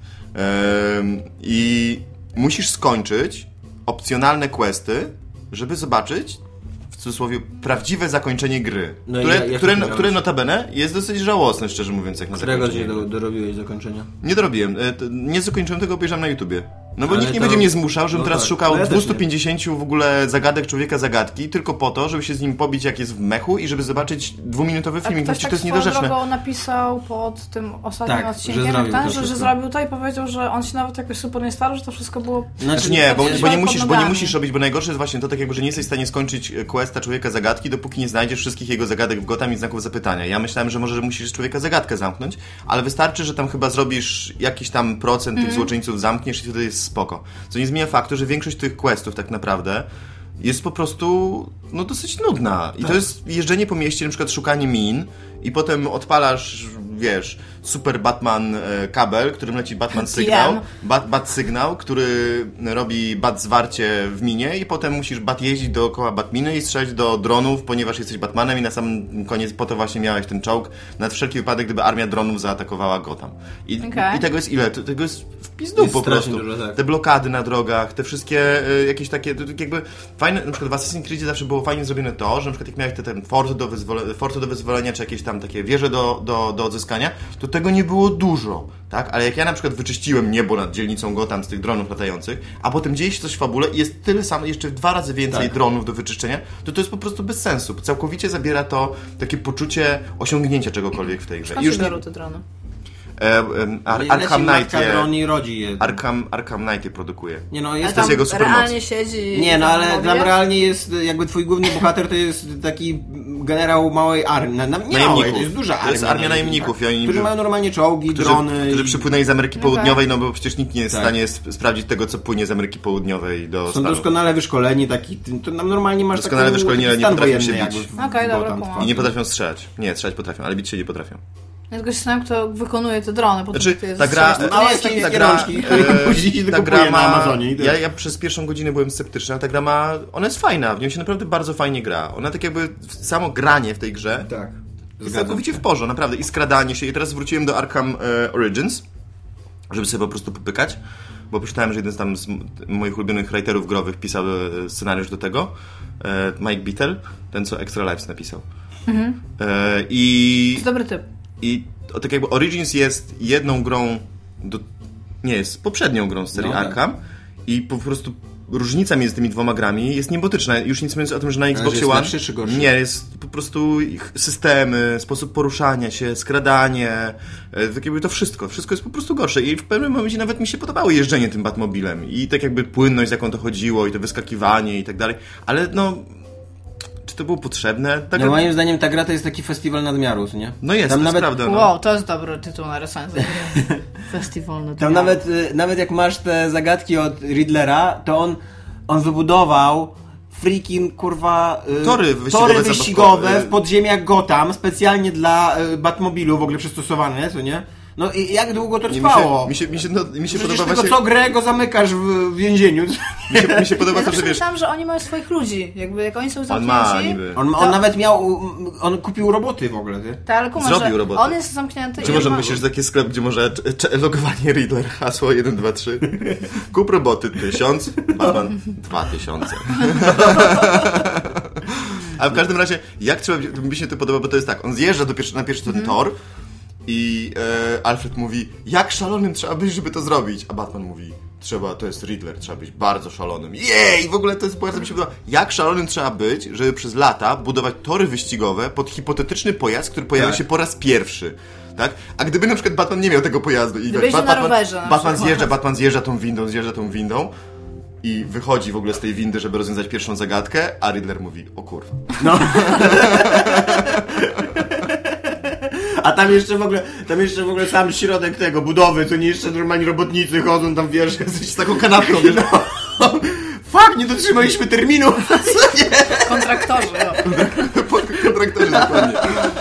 Ehm, I musisz skończyć opcjonalne questy, żeby zobaczyć, w cudzysłowie, prawdziwe zakończenie gry. No i które, ja- ja które, to grałem. które notabene jest dosyć żałosne, szczerze mówiąc, jak na Którego zakończenie cię gry. do, dorobiłeś zakończenia? Nie dorobiłem. E, to Nie zakończyłem tego, obejrzałem na YouTubie. No bo Ale nikt nie to- będzie mnie zmuszał, żebym no teraz tak. szukał No ja też dwieście pięćdziesiąt w ogóle zagadek człowieka zagadki, tylko po to, żeby się z nim pobić jak jest w mechu i żeby zobaczyć dwuminutowy A filmik. ktoś Znaczy, tak to jest swoją niedorzeczne. drogą napisał pod tym ostatnim Tak, że odcinkiem, zrobił ten, to że, że wszystko. zrobił to i powiedział, że on się nawet jakoś super nie starał, że to wszystko było... Znaczy nie, bo, tak bo, nie się musisz, pod bo nie nogami. musisz robić, bo najgorsze jest właśnie to, tak jakby, że nie jesteś w stanie skończyć questa człowieka zagadki, dopóki nie znajdziesz wszystkich jego zagadek w Gotham i znaków zapytania. Ja myślałem, że może że musisz człowieka zagadkę zamknąć, ale wystarczy, że tam chyba zrobisz jakiś tam procent Mhm. tych złoczyńców, zamkniesz i wtedy jest spoko. Co nie zmienia faktu, że większość tych questów tak naprawdę jest po prostu no dosyć nudna. I to jest jeżdżenie po mieście, na przykład szukanie min i potem odpalasz, wiesz, super Batman e, kabel, którym leci Batman sygnał, bat, bat sygnał, który robi bat zwarcie w minie i potem musisz bat jeździć dookoła Batminy i strzelać do dronów, ponieważ jesteś Batmanem i na sam koniec po to właśnie miałeś ten czołg, na wszelki wypadek, gdyby armia dronów zaatakowała Gotham. I, Okej. i tego jest ile? To- Tego jest w pizdu Jest po strasznie prostu. dużo, tak. Te blokady na drogach, te wszystkie y, jakieś takie, to, tak jakby fajne, na przykład w Assassin's Creedzie zawsze było fajnie zrobione to, że na przykład jak miałeś te, ten fort do, wyzwole, forty do wyzwolenia, czy jakieś tam takie wieże do, do, do odzyskania, to tego nie było dużo, tak? Ale jak ja na przykład wyczyściłem niebo nad dzielnicą Gotham z tych dronów latających, a potem dzieje się coś w fabule i jest tyle samo, jeszcze dwa razy więcej Tak. dronów do wyczyszczenia, to to jest po prostu bez sensu. Całkowicie zabiera to takie poczucie osiągnięcia czegokolwiek w tej grze. Skąd Już się nie, biorą te drony? e, e, Ar- Arkham Knight je... je, Broni rodzi je. Arkham, Arkham Knight je produkuje. Nie no, A jest to jest tam jego supermoc. realnie siedzi... Nie, no tam ale mówi? tam realnie jest, jakby twój główny bohater to jest taki generał małej armii. Na, na, nie Najemników. małej, to jest duża To armia. jest armia najemników i oni którzy niby- mają normalnie czołgi, Którzy, drony. którzy i- przypłynęli z Ameryki Okej. Południowej, no bo przecież nikt nie jest Tak. w stanie sp- sprawdzić tego, co płynie z Ameryki Południowej do Są Stanów. doskonale wyszkoleni, taki, to nam normalnie masz Doskonale taki, wyszkoleni, ale taki nie stan potrafią wojenny się jakby bić. w Okej, dobra, Gotham. kumam. I nie potrafią strzelać. Nie, strzelać potrafią, ale bić się nie potrafią. Ja tylko się zastanawiam, kto wykonuje te drony, po Znaczy, to jest ta gra, strzelasz. Ale ta, jest takie ta gra, rączki, które później się ta tylko gra kupuje ma, na Amazonie i tyle. ja, ja przez pierwszą godzinę byłem sceptyczny, ale ta gra ma, ona jest fajna, w nią się naprawdę bardzo fajnie gra. Ona tak jakby, samo granie w tej grze Tak. jest całkowicie w porze, naprawdę. I skradanie się. I teraz wróciłem do Arkham e, Origins, żeby sobie po prostu popykać. bo przeczytałem, że jeden z tam z moich ulubionych writerów growych pisał scenariusz do tego, Mike Bittell, ten co Extra Lives napisał. Mhm. I... To dobry typ. I tak jakby Origins jest jedną grą, do, nie jest poprzednią grą z serii no, Arkham tak. I po prostu różnica między tymi dwoma grami jest niebotyczna. Już nic mówiąc o tym, że na Xboxie One... Lepszy, czy gorszy? Nie, jest po prostu ich systemy, sposób poruszania się, skradanie, tak jakby to wszystko. Wszystko jest po prostu gorsze. I w pewnym momencie nawet mi się podobało jeżdżenie tym Batmobilem. I tak jakby płynność, z jaką to chodziło, i to wyskakiwanie i tak dalej. Ale no... Czy to było potrzebne? Tak no jak... moim zdaniem ta gra to jest taki festiwal nadmiaru, nie? No jest, tam to nawet... jest prawda. No. Wow, to jest dobry tytuł na recenzję. Festiwal nadmiaru. Tam nawet, nawet jak masz te zagadki od Riddlera, to on, on wybudował freaking, kurwa, tory wyścigowe, tory wyścigowe w podziemiach Gotham, specjalnie dla Batmobilu w ogóle przystosowane, co nie? No i jak długo to trwało? Mi się, mi się, mi się, no, mi się podoba tylko właśnie... co grę go zamykasz w więzieniu. Mi się, mi się podoba ja to, że wiesz... myślałam, że oni mają swoich ludzi. Jakby jak oni są zamknięci... On ma niby. On, on to... nawet miał... On kupił roboty w ogóle, ty. Tak, ale kumasz, zrobił roboty. On jest zamknięty. Czy może ma... myślisz, że taki sklep, gdzie może cze- logowanie Riddler, hasło jeden, dwa, trzy. Kup roboty tysiąc, Batman dwa tysiące. A w każdym razie, jak trzeba... Mi się to podoba, bo to jest tak, on zjeżdża do pierwszy, na pierwszy ten mm. tor i e, Alfred mówi, jak szalonym trzeba być, żeby to zrobić? A Batman mówi, trzeba, to jest Riddler, trzeba być bardzo szalonym. Jej! W ogóle to jest bardzo mi się podoba. Jak szalonym trzeba być, żeby przez lata budować tory wyścigowe pod hipotetyczny pojazd, który pojawia tak. się po raz pierwszy. Tak? A gdyby na przykład Batman nie miał tego pojazdu i wiesz, Batman, na rowerze, Batman zjeżdża, Batman zjeżdża tą windą, zjeżdża tą windą i wychodzi w ogóle z tej windy, żeby rozwiązać pierwszą zagadkę, a Riddler mówi, o kurwa. No. A tam jeszcze w ogóle, tam jeszcze w ogóle sam środek tego budowy, to nie jeszcze normalni robotnicy chodzą tam, wiesz, z taką kanapką, wiesz, no. Fuck, nie dotrzymaliśmy terminu. Kontraktorzy, no. Kontraktorzy, dokładnie.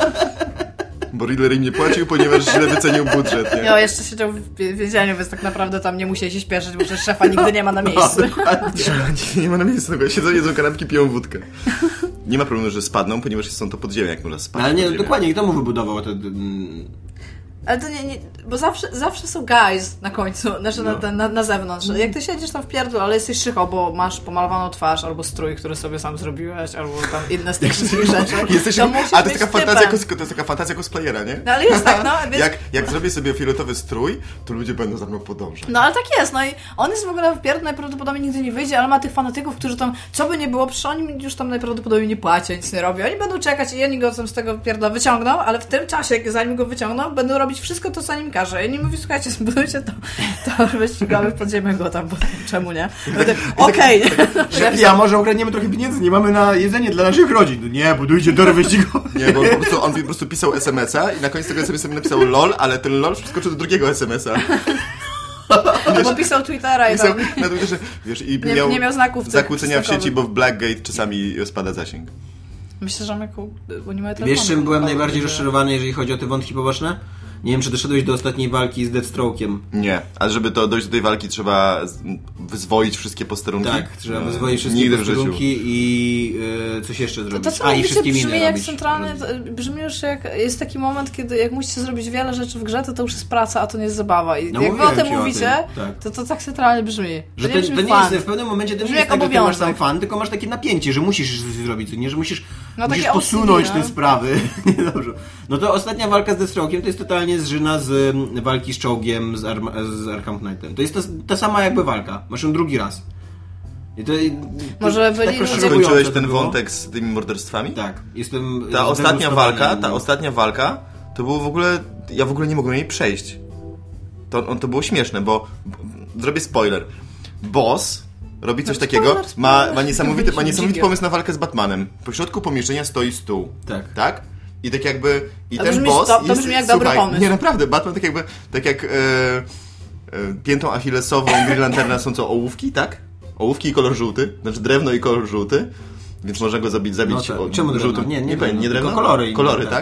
Bo Riddler im nie płacił, ponieważ źle wycenił budżet, nie? No, jeszcze siedział w więzieniu, więc tak naprawdę tam nie musieli się śpieszyć, bo przecież szefa nigdy nie ma na miejscu. No, nigdy nie ma na miejscu, siedzą, jedzą kanapki, piją wódkę. Nie ma problemu, że spadną, ponieważ są to podziemia, jak można spać. Ale nie, dokładnie, kto mu wybudował to... Ale to nie, nie, bo zawsze, zawsze są guys na końcu, znaczy no. na, na, na zewnątrz. Jak ty siedzisz tam w pierdlu, ale jesteś szycho, bo masz pomalowaną twarz, albo strój, który sobie sam zrobiłeś, albo tam inne z tych wszystkich rzeczy. Jesteś, to a to jest, taka fantazja, to jest taka fantazja cosplayera, nie? No ale jest tak, no. Więc... Jak, jak zrobię sobie fioletowy strój, to ludzie będą za mną podążać. No ale tak jest, no i on jest w ogóle w pierdlu, najprawdopodobniej nigdy nie wyjdzie, ale ma tych fanatyków, którzy tam, co by nie było, przecież oni już tam najprawdopodobniej nie płacią, nic nie robią. Oni będą czekać i oni go tam z tego pierdla wyciągną, ale w tym czasie, zanim go wyciągną, będą robić wszystko to, co nim każe. I nie mówi, słuchajcie, zbudujcie to, to wyścigowy w podziemiach go tam, bo czemu nie? Okej. Okay. Ja może ukradniemy trochę pieniędzy, nie mamy na jedzenie dla naszych rodzin. No nie, budujcie tory wyścigowe. Nie, bo po prostu on po prostu pisał es em es a i na koniec tego es em es a napisał lol, ale ten lol przeskoczył do drugiego es em es a. Wiesz, bo pisał Twittera i pisał tam... na Twitterze, wiesz, i nie, miał nie miał znaków zakłócenia w sieci, bo w Blackgate czasami spada zasięg. Myślę, że jako, bo nie ma telefonu. Wiesz, czym byłem najbardziej rozczarowany, jeżeli chodzi o te wątki poboczne? Nie wiem, czy doszedłeś do ostatniej walki z Deathstroke'iem. Nie, a żeby to dojść do tej walki, trzeba wyzwoić wszystkie posterunki. Tak, trzeba wyzwoić wszystkie Nigdy posterunki i yy, coś jeszcze zrobić. To, to co a, i wszystkie brzmi miny jak robić. centralny, brzmi już jak, jest taki moment, kiedy jak musicie zrobić wiele rzeczy w grze, to to już jest praca, a to nie jest zabawa. I no jak wy o tym o mówicie, tym. Tak. to to tak centralnie brzmi. Że to to, nie, brzmi to nie fan. jest, w pewnym momencie to nie brzmi jest jak tak, że ty masz tam obowiązek. fan, tylko masz takie napięcie, że musisz zrobić, nie? Że musisz, no, musisz takie posunąć O C D, te sprawy. Dobrze. No to ostatnia walka z Deathstroke'iem to jest totalnie zżyna z walki z czołgiem z, Arma, z Arkham Knightem. To jest ta, ta sama jakby walka. Masz ją drugi raz. I to, to Może byli tak skończyłeś ten wątek z tymi morderstwami? Tak. Jestem ta ostatnia walka, ta ostatnia walka, to było w ogóle, ja w ogóle nie mogłem jej przejść. To, on, to było śmieszne, bo, bo zrobię spoiler. Boss robi coś no, takiego, spoiler, spoiler. Ma, ma niesamowity, ma niesamowity pomysł na walkę z Batmanem. Po środku pomieszczenia stoi stół. Tak. Tak? I tak jakby, i to ten brzmi, boss to, to jest, brzmi jak słuchaj, dobry pomysł. Nie, naprawdę, Batman tak jakby, tak jak e, e, piętą achillesową Green Lanterna są co, ołówki, tak? Ołówki i kolor żółty, znaczy drewno i kolor żółty, więc można go zabić, zabić no tak. o, Czemu żółtym. Nie, nie, nie, nie, nie drewno? kolory. Kolory, inne, tak?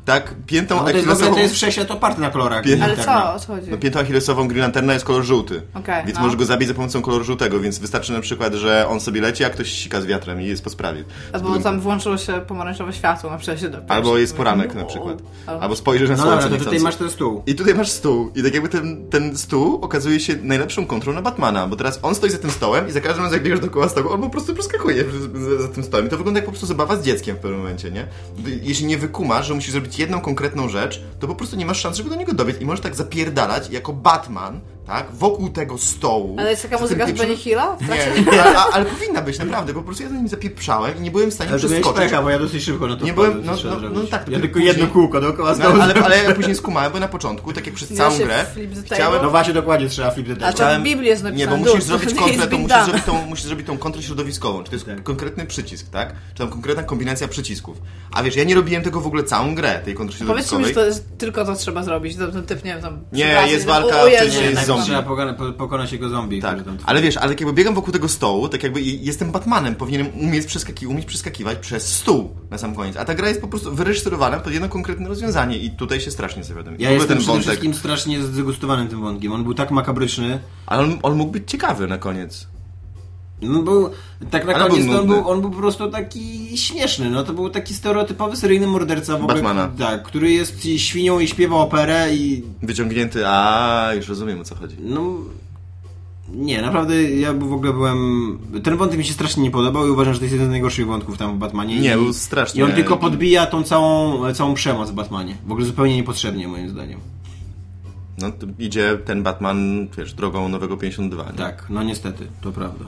Tak, piętą No to jest, achillesową... to jest wszechświat oparty na kolorach. Pię- Ale co? O co chodzi? No, piętą achillesową Green Lanterna jest kolor żółty. Okay, więc no. może go zabić za pomocą koloru żółtego, więc wystarczy na przykład, że on sobie leci, a ktoś sika z wiatrem i jest po sprawie. Albo tam włączyło się pomarańczowe światło na przejście do pierwszej. Albo jest poranek na przykład. Albo spojrzysz na No słońce. dobra, to tutaj niechcący. masz ten stół. I tutaj masz stół. I tak jakby ten, ten stół okazuje się najlepszą kontrą na Batmana, bo teraz on stoi za tym stołem i za każdym razem jak biegasz dookoła stołu, on po prostu przeskakuje za, za tym stołem. I to wygląda jak po prostu zabawa z dzieckiem w pewnym momencie, nie? Jeśli nie wykumasz, że musisz zrobić jedną konkretną rzecz, to po prostu nie masz szans, żeby do niego dobiec i możesz tak zapierdalać jako Batman, tak? Wokół tego stołu. Ale jest taka muzyka z Benny Hilla? Nie, ale, ale powinna być, naprawdę, bo po prostu ja za nim zapieprzałem i nie byłem w stanie Ale to miałeś przeskoczyć. pecha, bo ja dosyć szybko na to Nie wpadłem, byłem, no, co trzeba no, no zrobić. tak. Ja tylko tylko później- jedno kółko dookoła No, stołu. ale, ale ja później skumałem, bo na początku, tak jak przez Nie całą da się grę, flip the table? chciałem... No właśnie, dokładnie trzeba flip the A table. to w Biblii jest napisane. Nie, bo musisz dude, zrobić to kontrę, jest to big musisz done. zrobić, tą, musisz zrobić tą kontrę środowiskową, czy to jest Tak. konkretny przycisk, tak? Czy tam konkretna kombinacja przycisków. A wiesz, ja nie robiłem tego w ogóle całą grę, tej kontry Powiedzcie mi, środowiskowej. że to jest tylko to trzeba zrobić. Ten, ten typ, nie wiem, tam... Nie, przyprawy, jest nie wiem, walka, o Jezu, wcześniej jest tak, zombie. Trzeba pokona, po, pokonać jego zombie, Tak, który tam... ale wiesz, ale tak jakby biegam wokół tego stołu, tak jakby i jestem Batmanem, powinienem umieć, przeskaki, umieć przeskakiwać przez stół na sam koniec. A ta gra jest po prostu wyreżyserowana pod jedno konkretne rozwiązanie i tutaj się strasznie zawiodłem. Ja jestem przede wszystkim strasznie zdegustowany tym wątkiem. On był tak makabryczny. Ale on, on mógł być ciekawy na koniec. No był, tak na Ale koniec był to on nudny. był, on był po prostu taki śmieszny. No to był taki stereotypowy seryjny morderca w ogóle. Batmana. Tak, który jest świnią i śpiewa operę i... Wyciągnięty, a już rozumiem, o co chodzi. No... Nie, naprawdę ja w ogóle byłem... Ten wątek mi się strasznie nie podobał i uważam, że to jest jeden z najgorszych wątków tam w Batmanie. Nie, I, był strasznie... I on tylko podbija tą całą, całą przemoc w Batmanie. W ogóle zupełnie niepotrzebnie, moim zdaniem. No to idzie ten Batman, wiesz, drogą nowego pięćdziesiąt dwa, nie? Tak, no niestety, to prawda.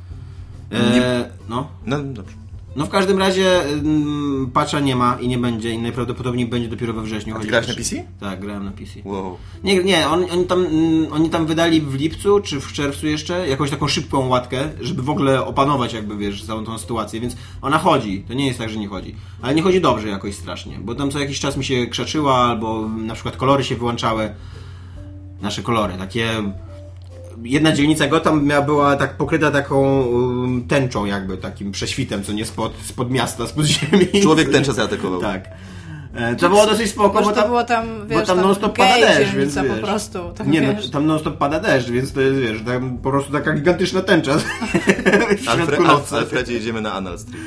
E, no. No dobrze. No w każdym razie ym, patcha nie ma i nie będzie i najprawdopodobniej będzie dopiero we wrześniu. A ty Chodzi grałeś o- na P C? Tak, grałem na P C. Wow. Nie, nie, on, oni, tam, mm, oni tam wydali w lipcu czy w czerwcu jeszcze jakąś taką szybką łatkę, żeby w ogóle opanować jakby, wiesz, całą tą sytuację, więc ona chodzi, to nie jest tak, że nie chodzi. Ale nie chodzi dobrze jakoś strasznie, bo tam co jakiś czas mi się krzaczyła albo na przykład kolory się wyłączały. Nasze kolory, takie... Jedna dzielnica Gotham miała, była tak pokryta taką um, tęczą jakby, takim prześwitem, co nie spod, spod miasta, spod ziemi. Człowiek tęczę zaatakował. Tak. E, to było dosyć spoko, Może bo to tam, było tam, wiesz, bo tam tam non-stop gej pada deszcz, więc dzielnica wiesz. po prostu. Tam, nie, wiesz. no, tam non-stop pada deszcz, więc to jest, wiesz, tam po prostu taka gigantyczna tęcza w środku Alfre- nocy. Alf- Alfredzie jedziemy na Anal Street.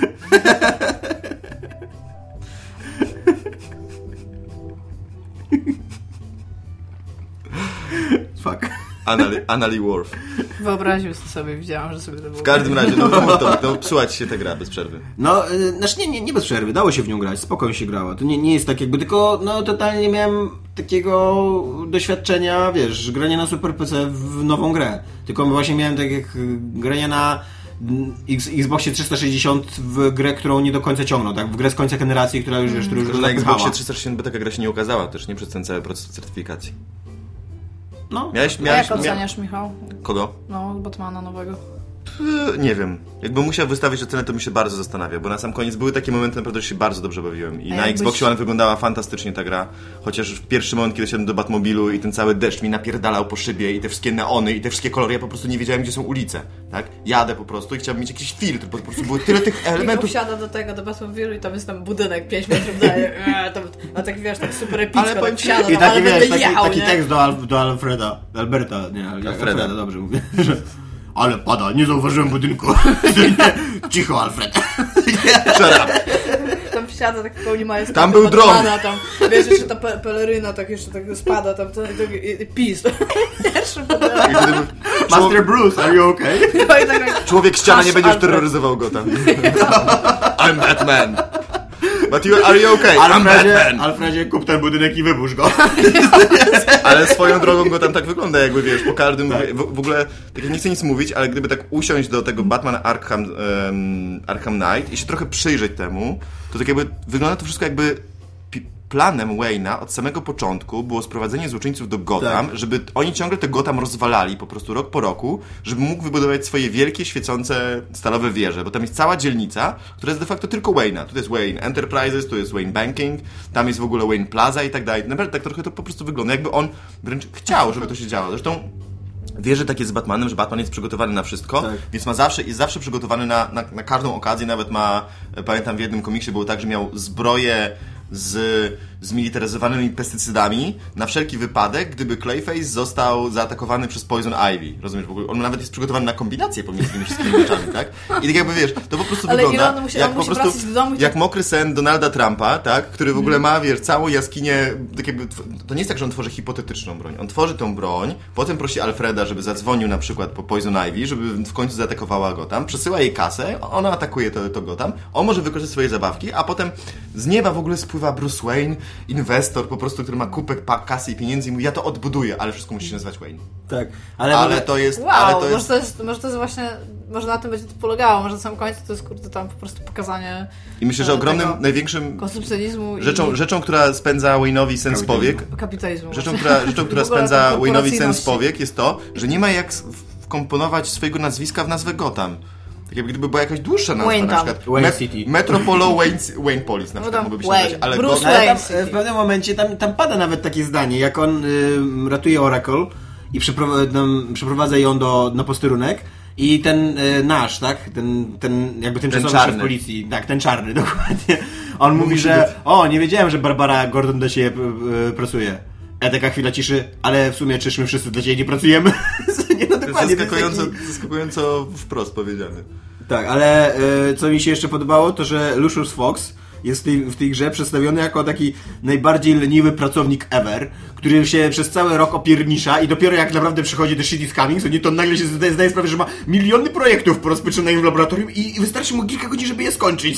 Fuck. Anali, Anali Wharf. Wyobraził sobie, widziałam, że sobie to było. W każdym razie, no to, to, to psuła ci się ta gra bez przerwy. No, y, znaczy nie, nie, nie bez przerwy, dało się w nią grać, spokojnie się grało. To nie, nie jest tak jakby, tylko no totalnie nie miałem takiego doświadczenia, wiesz, grania na Super P C w nową grę. Tylko właśnie miałem tak jak y, grania na mm, X, Xboxie trzysta sześćdziesiąt w grę, którą nie do końca ciągnął, tak? W grę z końca generacji, która już, wiesz, która już Tylko, że na zapychała. Xboxie trzysta sześćdziesiąt by taka gra się nie ukazała też, nie przez ten cały proces certyfikacji. No, Miałeś, A miałeś, jak mia- oceniasz, Michał? Kogo? No, Batmana nowego. Eee, Nie wiem. Jakbym musiał wystawić ocenę, to mi się bardzo zastanawia, bo na sam koniec były takie momenty, naprawdę, że się bardzo dobrze bawiłem. I A na jakbyś- Xboxie One wyglądała fantastycznie ta gra, chociaż w pierwszy moment, kiedy siadłem do Batmobilu i ten cały deszcz mi napierdalał po szybie i te wszystkie neony i te wszystkie kolory, ja po prostu nie wiedziałem, gdzie są ulice, tak? Jadę po prostu i chciałbym mieć jakiś filtr, bo po prostu było tyle tych Michał elementów. wsiada do tego, do Batmobilu i tam jest tam budynek pięć metrów dalej. Eee, tam, no tak wiesz, tak super epicko, Ale powiem tak ci- wsiada, I tam, taki, ale wiesz, będę taki, jechał, taki nie? tekst do, Al, do Alfreda, Alberta, nie, Alfreda, Alfreda. Alfreda dobrze mówię. Że, ale pada, nie zauważyłem budynku. Cicho, Alfred. Shut up. Tam wsiada tak w pełni majestatu. Tam był dron. Batmana, tam, wiesz, jeszcze ta pe- peleryna tak jeszcze tak spada, tam to, to, i, i pis. Pierwszy budynek. I wtedy był- Master Bruce, are you okay? No i tak, tak, Człowiek ściana nie Aż będzie już Alfred. terroryzował go tam. I'm Batman. But you, are you okay? I'm Alfredzie, Batman. Alfredzie, kup ten budynek i wyburz go. Ale swoją drogą go tam tak wygląda, jakby wiesz, po każdym... W, w ogóle, tak jak nie chcę nic mówić, ale gdyby tak usiąść do tego Batman Arkham, um, Arkham Knight i się trochę przyjrzeć temu, to tak jakby wygląda to wszystko jakby pi- planem Wayne'a od samego początku było sprowadzenie złoczyńców do Gotham, Tak. żeby oni ciągle te Gotham rozwalali po prostu rok po roku, żeby mógł wybudować swoje wielkie, świecące stalowe wieże, bo tam jest cała dzielnica, która jest de facto tylko Wayne'a. Tu jest Wayne Enterprises, tu jest Wayne Banking, tam jest w ogóle Wayne Plaza i tak dalej. Naprawdę tak trochę to po prostu wygląda, jakby on wręcz chciał, żeby to się działo. Zresztą wierzę tak jest z Batmanem, że Batman jest przygotowany na wszystko, Tak. więc ma zawsze, jest zawsze przygotowany na, na, na każdą okazję, nawet ma, pamiętam w jednym komiksie było tak, że miał zbroję z, zmilitaryzowanymi pestycydami na wszelki wypadek, gdyby Clayface został zaatakowany przez Poison Ivy. Rozumiesz? W ogóle on nawet jest przygotowany na kombinację pomiędzy tymi wszystkimi rzeczami, tak? I tak jakby wiesz, to po prostu ale wygląda on musi, jak on po musi prostu wracać do domu. jak mokry sen Donalda Trumpa, tak? Który w ogóle ma, wiesz, całą jaskinię, tak jakby, to nie jest tak, że on tworzy hipotetyczną broń. On tworzy tą broń, potem prosi Alfreda, żeby zadzwonił na przykład po Poison Ivy, żeby w końcu zaatakowała Gotham, przesyła jej kasę, ona atakuje to, to Gotham, on może wykorzystać swoje zabawki, a potem z nieba w ogóle spływa Bruce Wayne, inwestor po prostu, który ma kupę kasy i pieniędzy i mówi, ja to odbuduję, ale wszystko musi się nazywać Wayne. Tak, ale, ale ogóle... to jest... Wow, ale to może, jest... to jest, może to jest właśnie, może na tym będzie to polegało, może na samym końcu to jest kurde tam po prostu pokazanie I myślę, że ogromnym, największym konsumpcjonizmu rzeczą, i rzeczą, która spędza Wayne'owi sens powiek, kapitalizmu. rzeczą, która, rzeczą, która spędza Wayne'owi sens powiek jest to, że nie ma jak wkomponować swojego nazwiska w nazwę Gotham. Tak jakby gdyby była jakaś dłuższa nazwa, Wayne na przykład Wayne Met- City. Metropolo Wayne, Wayne Police na No przykład tam mogłoby się Wayne, nazywać, ale Bruce Gotham... Ale tam, Wayne w pewnym momencie tam, tam pada nawet takie zdanie, jak on y, ratuje Oracle i przeprowadza, tam, przeprowadza ją do, na posterunek i ten y, nasz, tak? Ten, ten jakby tymczasowy czarny. szef policji, tak, ten czarny, dokładnie. On mówi, że o, nie wiedziałem, że Barbara Gordon dla ciebie y, y, pracuje. E, taka chwila ciszy, ale w sumie czyż my wszyscy dla ciebie nie pracujemy? nie, no, To jest dokładnie, zaskakująco, to jest taki... zaskakująco wprost powiedziane. Tak, ale y, co mi się jeszcze podobało, to że Lucius Fox jest w tej, w tej grze przedstawiony jako taki najbardziej leniwy pracownik ever, który się przez cały rok opiernicza i dopiero jak naprawdę przychodzi do shit is coming, to, nie, to nagle się zdaje, zdaje sprawę, że ma miliony projektów porozpieczonych w laboratorium i, i wystarczy mu kilka godzin, żeby je skończyć.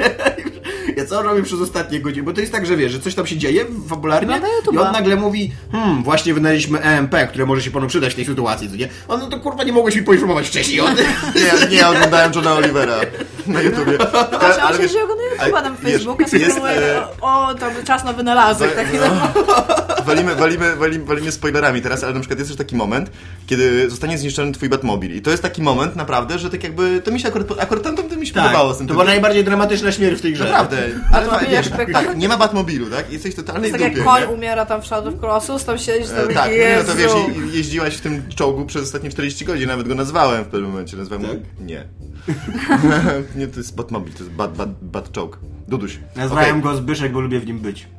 Ja co robię przez ostatnie godziny, bo to jest tak, że wiesz, że coś tam się dzieje fabularnie no, i on nagle mówi, hmm, właśnie wynaleźliśmy E M P, które może się panu przydać w tej sytuacji, co nie? On, no to kurwa nie mogłeś mi poinformować wcześniej. On... Nie, nie oglądałem Johna Olivera na YouTubie. Właśnie, on się wziął go na YouTube'a, tam Facebooka, sobie jest, próbuje, e... o, o, tam czas na wynalazek, taki no. walimy, walimy, walimy, walimy spoilerami teraz, ale na przykład jest też taki moment, kiedy zostanie zniszczony twój Batmobil i to jest taki moment naprawdę, że tak jakby, to mi się akurat, akurat tam, tam, tam mi się tak, podobało z tym. To była najbardziej dramatyczna śmierć w tej grze. Naprawdę, ale to wiesz, jak- tak, nie ma Batmobilu, tak? Jesteś totalnej Tak jak dupie, koń nie? umiera tam w Shadow of Colossus, tam siedzisz tam E, tak, Jezu. nie, no to wiesz, je, jeździłaś w tym czołgu przez ostatnie czterdzieści godzin, nawet go nazwałem w pewnym momencie, nazwałem Tak? go... Nie. Nie, to jest Batmobil, to jest Bat, bat, bat Czołg. Duduś. Nazwałem Okej. go Zbyszek, bo lubię w nim być.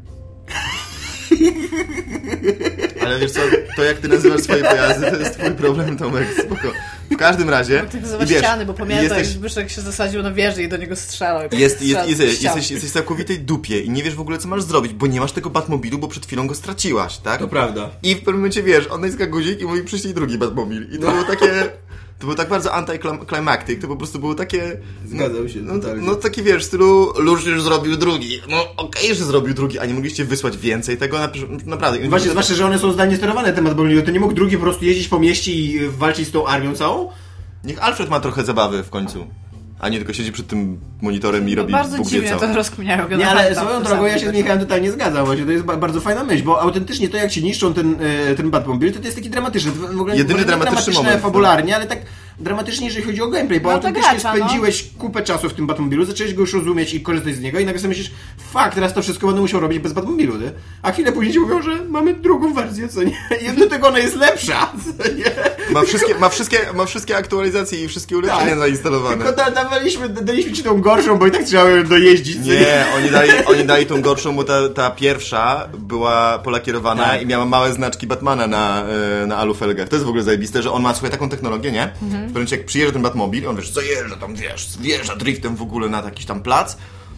Ale wiesz co, to jak ty nazywasz swoje pojazdy, to jest twój problem, Tomek, spoko. W każdym razie... Tak i nazywa wiesz, ściany, bo pamiętam, jesteś, jak Zbyszek się zasadził na wieży i do niego strzelał. jest, jest, Strzelał jest, w jest, ścianę. jesteś, jesteś w całkowitej dupie i nie wiesz w ogóle, co masz zrobić, bo nie masz tego Batmobilu, bo przed chwilą go straciłaś, tak? To prawda. I w pewnym momencie, wiesz, on naciska guzik i mówi, przyślij drugi Batmobil. I to było takie... To było tak bardzo anti-climactic, to po prostu było takie... Zgadzam się, No, totalnie. no taki, wiesz, w stylu Luż już zrobił drugi. No okej, okay, że zrobił drugi, a nie mogliście wysłać więcej tego? Naprawdę. Właśnie, zwłaszcza, że one są zdalnie sterowane temat, bo to nie mógł drugi po prostu jeździć po mieście i walczyć z tą armią całą? Niech Alfred ma trochę zabawy w końcu. A nie tylko siedzi przed tym monitorem i robi Bardzo Bóg wie dziwnie co. to rozkminiają. Nie, ale swoją drogą ja się z Michałem totalnie zgadzam, właśnie to jest ba- bardzo fajna myśl, bo autentycznie to jak się niszczą ten, e, ten Batmobil, to to jest taki dramatyczny, w w ogóle Jedyny nie dramatyczny dramatyczne moment, fabularnie, ale tak dramatycznie, jeżeli chodzi o gameplay, bo No to autentycznie gracza, spędziłeś kupę czasu w tym Batmobilu, zacząłeś go już rozumieć i korzystać z niego i nagle sobie myślisz, fuck, teraz to wszystko będę musiał robić bez Batmobilu, nie? A chwilę później ci mówią, że mamy drugą wersję, co nie? I do tego ona jest lepsza, co nie? Ma wszystkie, ma wszystkie, ma wszystkie aktualizacje i wszystkie ulepszenia Tak. zainstalowane. Tylko da, dawaliśmy, daliśmy ci tą gorszą, bo i tak trzeba ją dojeździć, co Nie, oni dali, oni dali tą gorszą, bo ta, ta pierwsza była polakierowana Tak. i miała małe znaczki Batmana na, e, na alufelgach. To jest w ogóle zajebiste, że on ma, słuchaj, taką technologię, nie? W pewnym momencie jak przyjeżdża ten Batmobil, on wiesz, zajeżdża tam, wiesz, wjeżdża driftem w ogóle na jakiś tam plac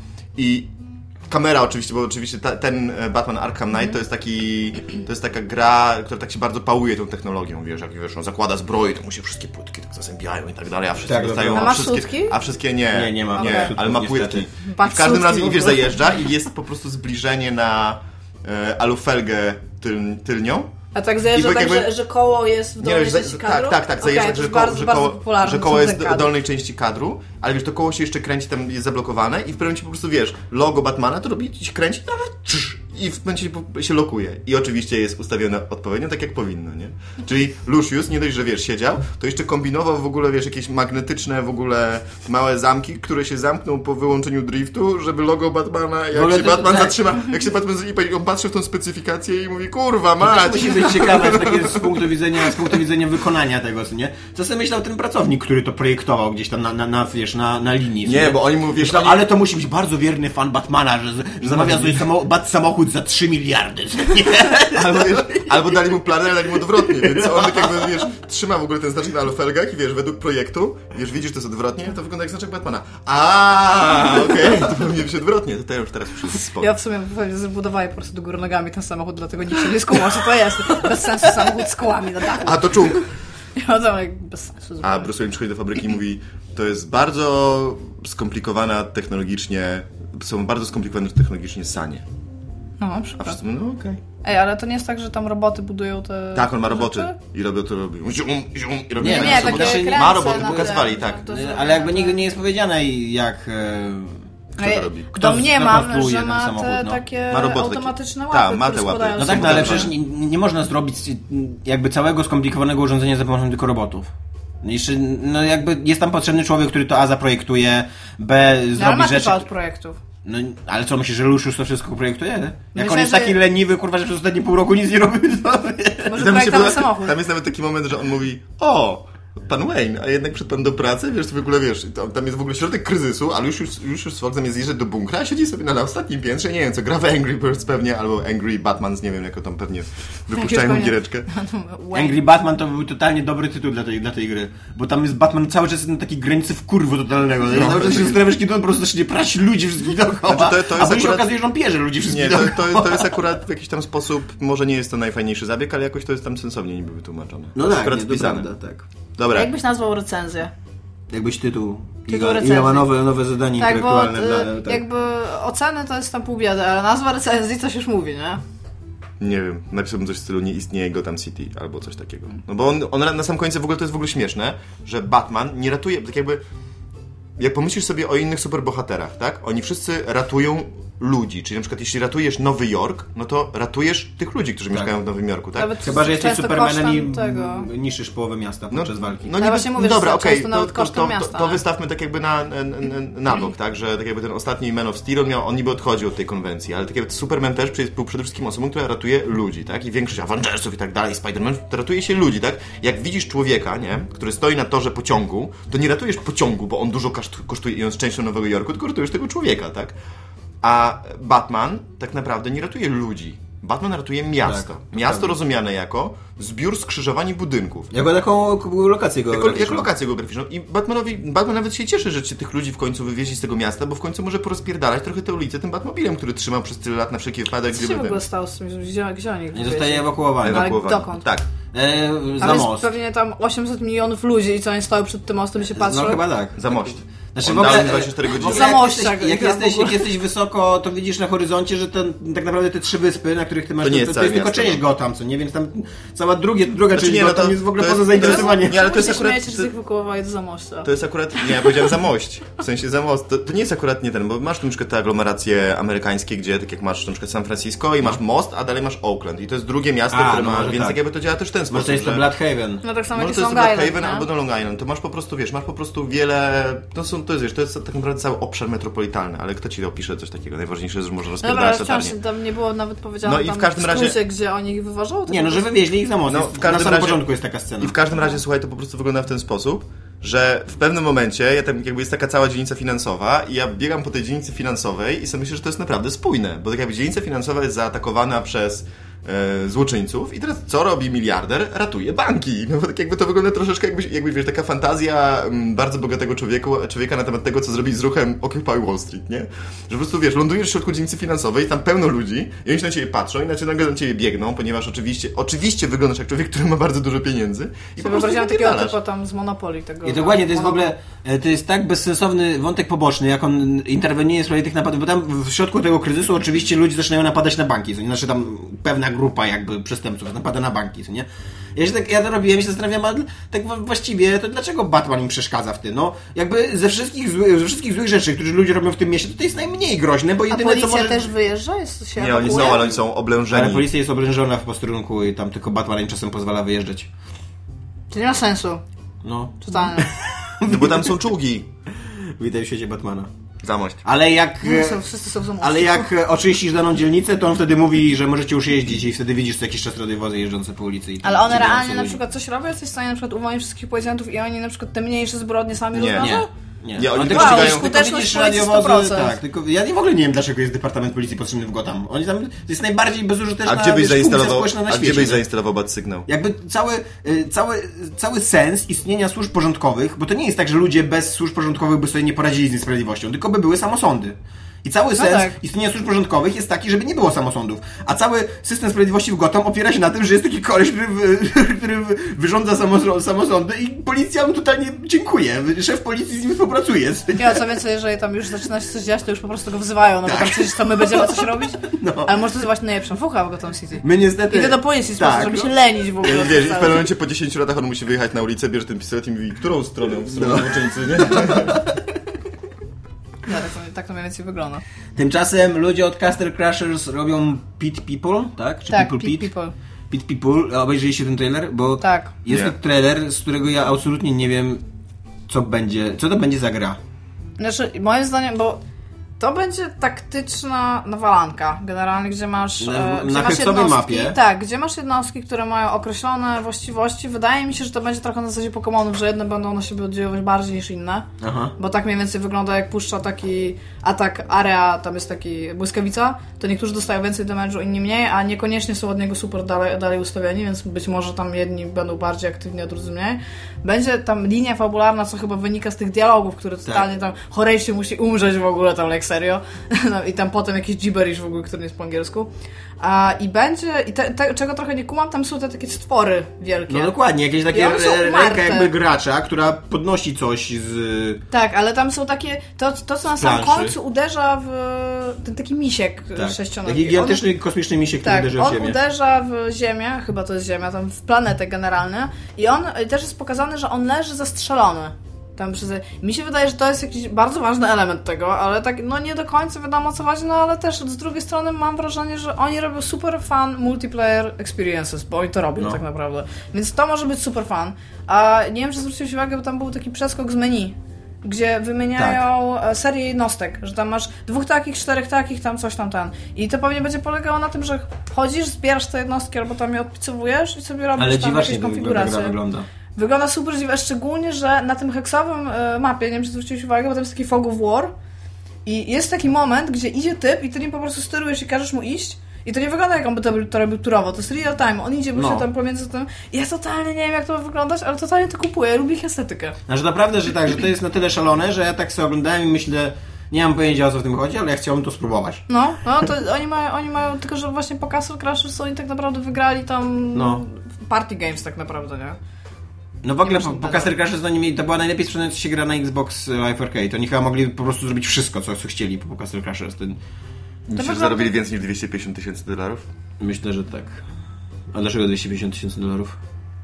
i kamera oczywiście, bo oczywiście ta, ten Batman Arkham Knight to jest taki, to jest taka gra, która tak się bardzo pałuje tą technologią, wiesz, jak wiesz, on zakłada zbroję, to mu się wszystkie płytki tak zazębiają i tak dalej, a wszyscy Tak, dostają, a a masz wszystkie, sutki? a wszystkie nie. Nie, nie ma. Nie, Okay. ale ma Niestety. płytki. I w Patrz, każdym razie, sutki i wiesz, w ogóle. zajeżdża i jest po prostu zbliżenie na e, alufelgę tyl, tylnią. A tak zajeżdża I tak, jakby- że, że koło jest w Nie, dolnej wiesz, za- części kadru? tak, tak, tak, Okej, zajeżdża, to że, jest koło, bardzo, że, bardzo koło, popularne, że są koło te jest w kadry. dolnej części kadru, ale wiesz, to koło się jeszcze kręci, tam jest zablokowane i w pewnym momencie po prostu, wiesz, logo Batmana to robi, ci się kręci i w momencie się lokuje. I oczywiście jest ustawione odpowiednio, tak jak powinno, nie? Czyli Lucius, nie dość, że wiesz, siedział, to jeszcze kombinował w ogóle, wiesz, jakieś magnetyczne w ogóle małe zamki, które się zamkną po wyłączeniu driftu, żeby logo Batmana, jak się Batman tak. zatrzyma, jak się Batman i on patrzy w tą specyfikację i mówi, kurwa, mać! To musi być ciekawe z, takie, z, punktu widzenia, z punktu widzenia wykonania tego, co nie? Co sobie myślał ten pracownik, który to projektował gdzieś tam na, na, na wiesz, na, na linii. Nie, nie, bo oni mówią, wiesz, myślał, oni... ale to musi być bardzo wierny fan Batmana, że, że zamawia sobie samo, bat samochód za trzy miliardy. Albo, wiesz, albo dali mu plany, ale dali mu odwrotnie, więc on tak jakby, wiesz, trzyma w ogóle ten znaczek na alufelgach i wiesz, według projektu, wiesz, widzisz, to jest odwrotnie, to wygląda jak znaczek Batmana. A, okej, okay, to powinien być odwrotnie, to ja już teraz już jest spoko. Ja w sumie zbudowałem po prostu do góry nogami ten samochód, dlatego nikt się nie skumał, co to jest. Bez sensu samochód z kołami na dachu. A, to czunk. Ja tam jak bez sensu. A Bruce Wayne przychodzi do fabryki i mówi, to jest bardzo skomplikowana technologicznie, są bardzo skomplikowane technologicznie sanie. No, A przykład. wszyscy mówią, no okej. Okay. Ej, ale to nie jest tak, że tam roboty budują te... Tak, on ma roboty rzeczy? i robią to, robią zium, zium i robią Nie, tak, nie, są- takie kręce ma roboty, na pokazywali, te- tak. no, to Ale jakby nigdy nie jest powiedziane, jak... E, Kto to robi? Kto Domniemam, skonstruuje że ten ma samochód, te no. takie Ma roboty takie. automatyczne Tak, łapy, ma te które łapy. składają No się tak, w no ale gotowe. przecież nie, nie można zrobić jakby całego skomplikowanego urządzenia za pomocą tylko robotów. Jeszcze, no jakby jest tam potrzebny człowiek, który to A zaprojektuje, B No, ale zrobi masz rzeczy... chyba od projektów. No, ale co, myślisz, że Lucius to wszystko projektuje? Jak Myślę, on jest że- taki leniwy, kurwa, że przez ostatnie pół roku nic nie robił, to... Może Tam, się projektowy podoba- samochód. tam jest nawet taki moment, że on mówi, o, pan Wayne, a jednak przed pan do pracy, wiesz, to w ogóle, wiesz, tam, tam jest w ogóle środek kryzysu, ale już już, już, już z Foxem jest zjeżdżać do bunkra, a siedzi sobie na, na ostatnim piętrze, nie wiem co, gra w Angry Birds pewnie, albo Angry Batman, nie wiem, jako tam pewnie wypuszczają Jakieś giereczkę. Angry Batman to był totalnie dobry tytuł dla tej, dla tej gry, bo tam jest Batman cały czas na takiej granicy wkurwu totalnego, no, cały czas się zastanawiasz, kiedy on po prostu zacznie prać ludzi wszystkich dookoła, Znaczy, to- to a jest później się akurat- okazuje, że on pierze ludzi wszystkich Nie, to, dookoła. to, to jest akurat w jakiś tam sposób, może nie jest to najfajniejszy zabieg, ale jakoś to jest tam sensownie niby wytłumaczone. No To jest tak, akurat nie, to wpisane. prawda, tak. Dobra. Jak byś nazwał recenzję? Jakbyś tytuł, Tytuł i, recenzji. i miała nowe, nowe zadanie Tak, bo intelektualne. y, dla, tak. jakby oceny to jest tam pół biedy, ale nazwa recenzji coś już mówi, nie? Nie wiem, napisałbym coś w stylu nie istnieje Gotham City albo coś takiego. No bo on, on na sam końcu w ogóle to jest w ogóle śmieszne, że Batman nie ratuje, tak jakby jak pomyślisz sobie o innych superbohaterach, tak? Oni wszyscy ratują ludzi, czyli na przykład jeśli ratujesz Nowy Jork, no to ratujesz tych ludzi, którzy Tak. mieszkają w Nowym Jorku, tak? Nawet Chyba, że jesteś często Supermanem i kosztem tego. niszczysz połowę miasta podczas walki. No Ja niby, właśnie mówię, dobra, że okej, często to, nawet to, kosztem to, miasta, to, to nie? wystawmy tak jakby na, na, na, na bok, tak, że tak jakby ten ostatni Man of Steel, on, miał, on niby odchodził od tej konwencji, ale tak jakby Superman też był przede wszystkim osobą, która ratuje ludzi, tak, i większość Avengersów i tak dalej, Spider-Man, to ratuje się ludzi, tak, jak widzisz człowieka, nie, który stoi na torze pociągu, to nie ratujesz pociągu, bo on dużo kaszt- kosztuje i on jest częścią Nowego Jorku, tylko ratujesz tego człowieka, tak. A Batman tak naprawdę nie ratuje ludzi. Batman ratuje miasto. Tak, miasto prawda. rozumiane jako zbiór skrzyżowań i budynków. Jako taką lokację Jako, geograficzną. jako lokację geograficzną. I Batmanowi, Batman nawet się cieszy, że się tych ludzi w końcu wywieźli z tego miasta, bo w końcu może porozpierdalać trochę te ulice tym Batmobilem, który trzymał przez tyle lat na wszelki wypadek. Co się w gdyby ogóle ten- stało z tym, gdzie, gdzie oni Nie zostaje ewakuowany. Ale ewakuowany. dokąd? Tak. E, za Ale jest most. pewnie tam osiemset milionów ludzi i co oni stoją przed tym mostem i się patrzą. No chyba tak. Za mość. Znaczy, On w ogóle, dał im dwadzieścia cztery godziny. w ogóle jak, Zamościa, jesteś, jak, jak jesteś, w ogóle. jak jesteś wysoko, to widzisz na horyzoncie, że ten, tak naprawdę te trzy wyspy, na których ty masz, To nie to, jest to, całe jest tylko miasto, część no. Gotham, co nie? Więc tam cała drugie, druga Znaczy część nie, no Gotham to- jest w ogóle to poza jest- zainteresowaniem. Nie, ale to jest Się akurat- śmiejecie, że ich wykołowali do Zamościa. To jest akurat, nie, ja powiedziałem za mość. W sensie za most. To, to nie jest akurat nie ten, bo masz tu na przykład te aglomeracje amerykańskie, gdzie tak jak masz na przykład San Francisco i masz most, a dalej masz Oakland. I to jest drugie miasto, A, które no ma, może więc tak. tak jakby to działa też w ten sposób. Może to jest to że- Bloodhaven. No tak samo Może jak to jest Long Black Island, Haven nie? albo no Long Island. To masz po prostu, wiesz, masz po prostu wiele... To są, to jest, wiesz, to jest tak naprawdę cały obszar metropolitalny, ale kto ci opisze coś takiego? Najważniejsze jest, że można Dobra, rozpierdalać ale wciąż latarnię. tam nie było nawet powiedziane No i tam w każdym razie- skrócie, gdzie oni ich wywożą. Nie, no że wywieźli ich za most. No, Jest- w każdym na samym razie- początku jest taka scena. I w każdym razie, słuchaj, to po prostu wygląda w ten sposób, że w pewnym momencie, ja tam jakby jest taka cała dzielnica finansowa i ja biegam po tej dzielnicy finansowej i sobie myślę, że to jest naprawdę spójne, bo tak jakby dzielnica finansowa jest zaatakowana przez e, złoczyńców i teraz co robi miliarder? Ratuje banki. No bo tak jakby to wygląda troszeczkę jakby, jakby wiesz, taka fantazja m, bardzo bogatego człowieku, człowieka na temat tego, co zrobić z ruchem Occupy Wall Street, nie? Że po prostu, wiesz, lądujesz w środku dzielnicy finansowej, tam pełno ludzi i oni się na ciebie patrzą i nagle na ciebie biegną, ponieważ oczywiście, oczywiście wyglądasz jak człowiek, który ma bardzo dużo pieniędzy i po prostu Wyobraziłam takiego wypierdalasz. typa tam z Monopoly. Tego, I dokładnie, to jest w Monopoly. ogóle, e, to jest tak bezsensowny wątek poboczny, jak on interweniuje w sprawie tych napadów, bo tam w środku tego kryzysu oczywiście ludzie zaczynają napadać na banki, znaczy tam pewna grupa jakby przestępców napada na banki, co nie? Ja się tak, ja to robiłem i się zastanawiam, ale tak właściwie to dlaczego Batman im przeszkadza w tym? No, jakby ze wszystkich, zły, ze wszystkich złych rzeczy, które ludzie robią w tym mieście, to, to jest najmniej groźne, bo jedyne A policja co może... też wyjeżdża? Jest, się nie, oni są, ale oni są oblężeni. Ale policja jest oblężona w posterunku i tam tylko Batman im czasem pozwala wyjeżdżać. To nie ma sensu. No. Totalnie. No bo tam są czołgi. Witaj w świecie Batmana. Zamość. Ale jak... No, są, wszyscy są zamości. Ale jak oczyścisz daną dzielnicę, to on wtedy mówi, że możecie już jeździć i wtedy widzisz co jakiś czas radiowozy jeżdżące po ulicy. I ale one realnie ludzi. na przykład coś robią? Jesteś w stanie na przykład uwolnić wszystkich policjantów i oni na przykład te mniejsze zbrodnie sami Nie. rozwiążą? Nie. Nie, Nie, oni on tylko tylko ścigają- skuteczność policji sto procent. tak, tylko ja nie w ogóle nie wiem dlaczego jest Departament Policji potrzebny w Gotham. Oni tam, to jest najbardziej bezużyteczna A gdzie byś wiesz, funkcja zainstalował, społeczna na a świecie. gdzie byś zainstalował Bat Signal? Jakby cały, y, cały, cały sens istnienia służb porządkowych, bo to nie jest tak, że ludzie bez służb porządkowych by sobie nie poradzili z niesprawiedliwością, tylko by były samosądy. I cały sens tak. istnienia służb porządkowych jest taki, żeby nie było samosądów. A cały system sprawiedliwości w Gotham opiera się na tym, że jest taki koleś, który, wy, który wy- wyrządza samos- samosądy i policja mu totalnie dziękuję. Szef policji z nim współpracuje. Nie, co więcej, jeżeli tam już zaczyna się coś dziać, to już po prostu go wzywają, no bo tam przecież to my będziemy coś robić. No. Ale może to jest właśnie najlepsza fucha w Gotham City. My niestety... Idę do policji, Tak, żeby no. się lenić w ogóle. I wiesz, i w pewnym momencie po dziesięciu latach on musi wyjechać na ulicę, bierze ten pistolet i mówi, którą stroną? W stronę złoczyńcy, nie? No, tak, to, tak to mniej więcej wygląda. Tymczasem ludzie od Castle Crashers robią Pit People, tak? Czy Tak, People Pit Pit? People. Pit People. A obejrzeliście ten trailer? Bo Tak. jest Nie. to trailer, z którego ja absolutnie nie wiem, co będzie, co to będzie za gra. Znaczy, moim zdaniem, bo to będzie taktyczna nawalanka, generalnie, gdzie masz, Na- e, gdzie na masz hercowej jednostki, mapie. tak, gdzie masz jednostki, które mają określone właściwości. Wydaje mi się, że to będzie trochę na zasadzie Pokémonów, że jedne będą na siebie oddziaływać bardziej niż inne, Aha. bo tak mniej więcej wygląda, jak puszcza taki atak area, tam jest taki błyskawica, to niektórzy dostają więcej damage'u, inni mniej, a niekoniecznie są od niego super dalej, dalej ustawieni, więc być może tam jedni będą bardziej aktywni, a drudzy mniej. Będzie tam linia fabularna, co chyba wynika z tych dialogów, które totalnie tam Horatio musi umrzeć w ogóle tam, jak serio. No, i tam potem jakiś gibberish w ogóle, który nie jest po angielsku. A, I będzie, i te, te, czego trochę nie kumam, tam są te takie stwory wielkie. No dokładnie, jakieś takie I one są r- ręka umarte. jakby gracza, która podnosi coś z... Tak, ale tam są takie, to, to co na samym planszy. końcu uderza w ten taki misiek Tak. sześcionogi. Taki gigantyczny, kosmiczny misiek, który Tak, uderza w on ziemię. uderza w ziemię, chyba to jest ziemia, tam w planetę generalnie i on i też jest pokazane, że on leży zastrzelony. Tam przez... Mi się wydaje, że to jest jakiś bardzo ważny element tego, ale tak, no nie do końca wiadomo o co chodzi, no ale też z drugiej strony mam wrażenie, że oni robią super fun multiplayer experiences, bo oni to robią No. tak naprawdę. Więc to może być super fun. A nie wiem, czy zwróciłeś uwagę, bo tam był taki przeskok z menu, gdzie wymieniają tak. serię jednostek, że tam masz dwóch takich, czterech takich, tam coś tam ten. I to pewnie będzie polegało na tym, że chodzisz, zbierasz te jednostki albo tam je odpicowujesz i sobie robisz Ale tam dziwacznie jakieś to konfiguracje. gra wygląda. Wygląda super dziwnie, szczególnie, że na tym heksowym y, mapie, nie wiem, czy zwróciłeś uwagę, bo tam jest taki Fog of War i jest taki moment, gdzie idzie typ i ty nim po prostu sterujesz i każesz mu iść i to nie wygląda, jak on by to, to robił turowo, to jest real time, on idzie, bo No. się tam pomiędzy tym i ja totalnie nie wiem, jak to ma wyglądać, ale totalnie to kupuję, ja lubię ich estetykę. Znaczy naprawdę, że tak, że to jest na tyle szalone, że ja tak sobie oglądałem i myślę, nie mam pojęcia o co w tym chodzi, ale ja chciałbym to spróbować. No, no to oni mają, oni mają, tylko że właśnie po Castle Crashers oni tak naprawdę wygrali tam No. party games tak naprawdę, nie? No w ogóle Nie po, masz po nadal. Castle Crashers to, oni mieli, to była najlepiej sprzedająca się gra na Xbox Live Arcade. Oni chyba mogli po prostu zrobić wszystko, co, co chcieli po Castle Crashers. Ten... Myślisz, że wygląda- zarobili więcej niż dwieście pięćdziesiąt tysięcy dolarów? Myślę, że tak. A dlaczego dwieście pięćdziesiąt tysięcy dolarów?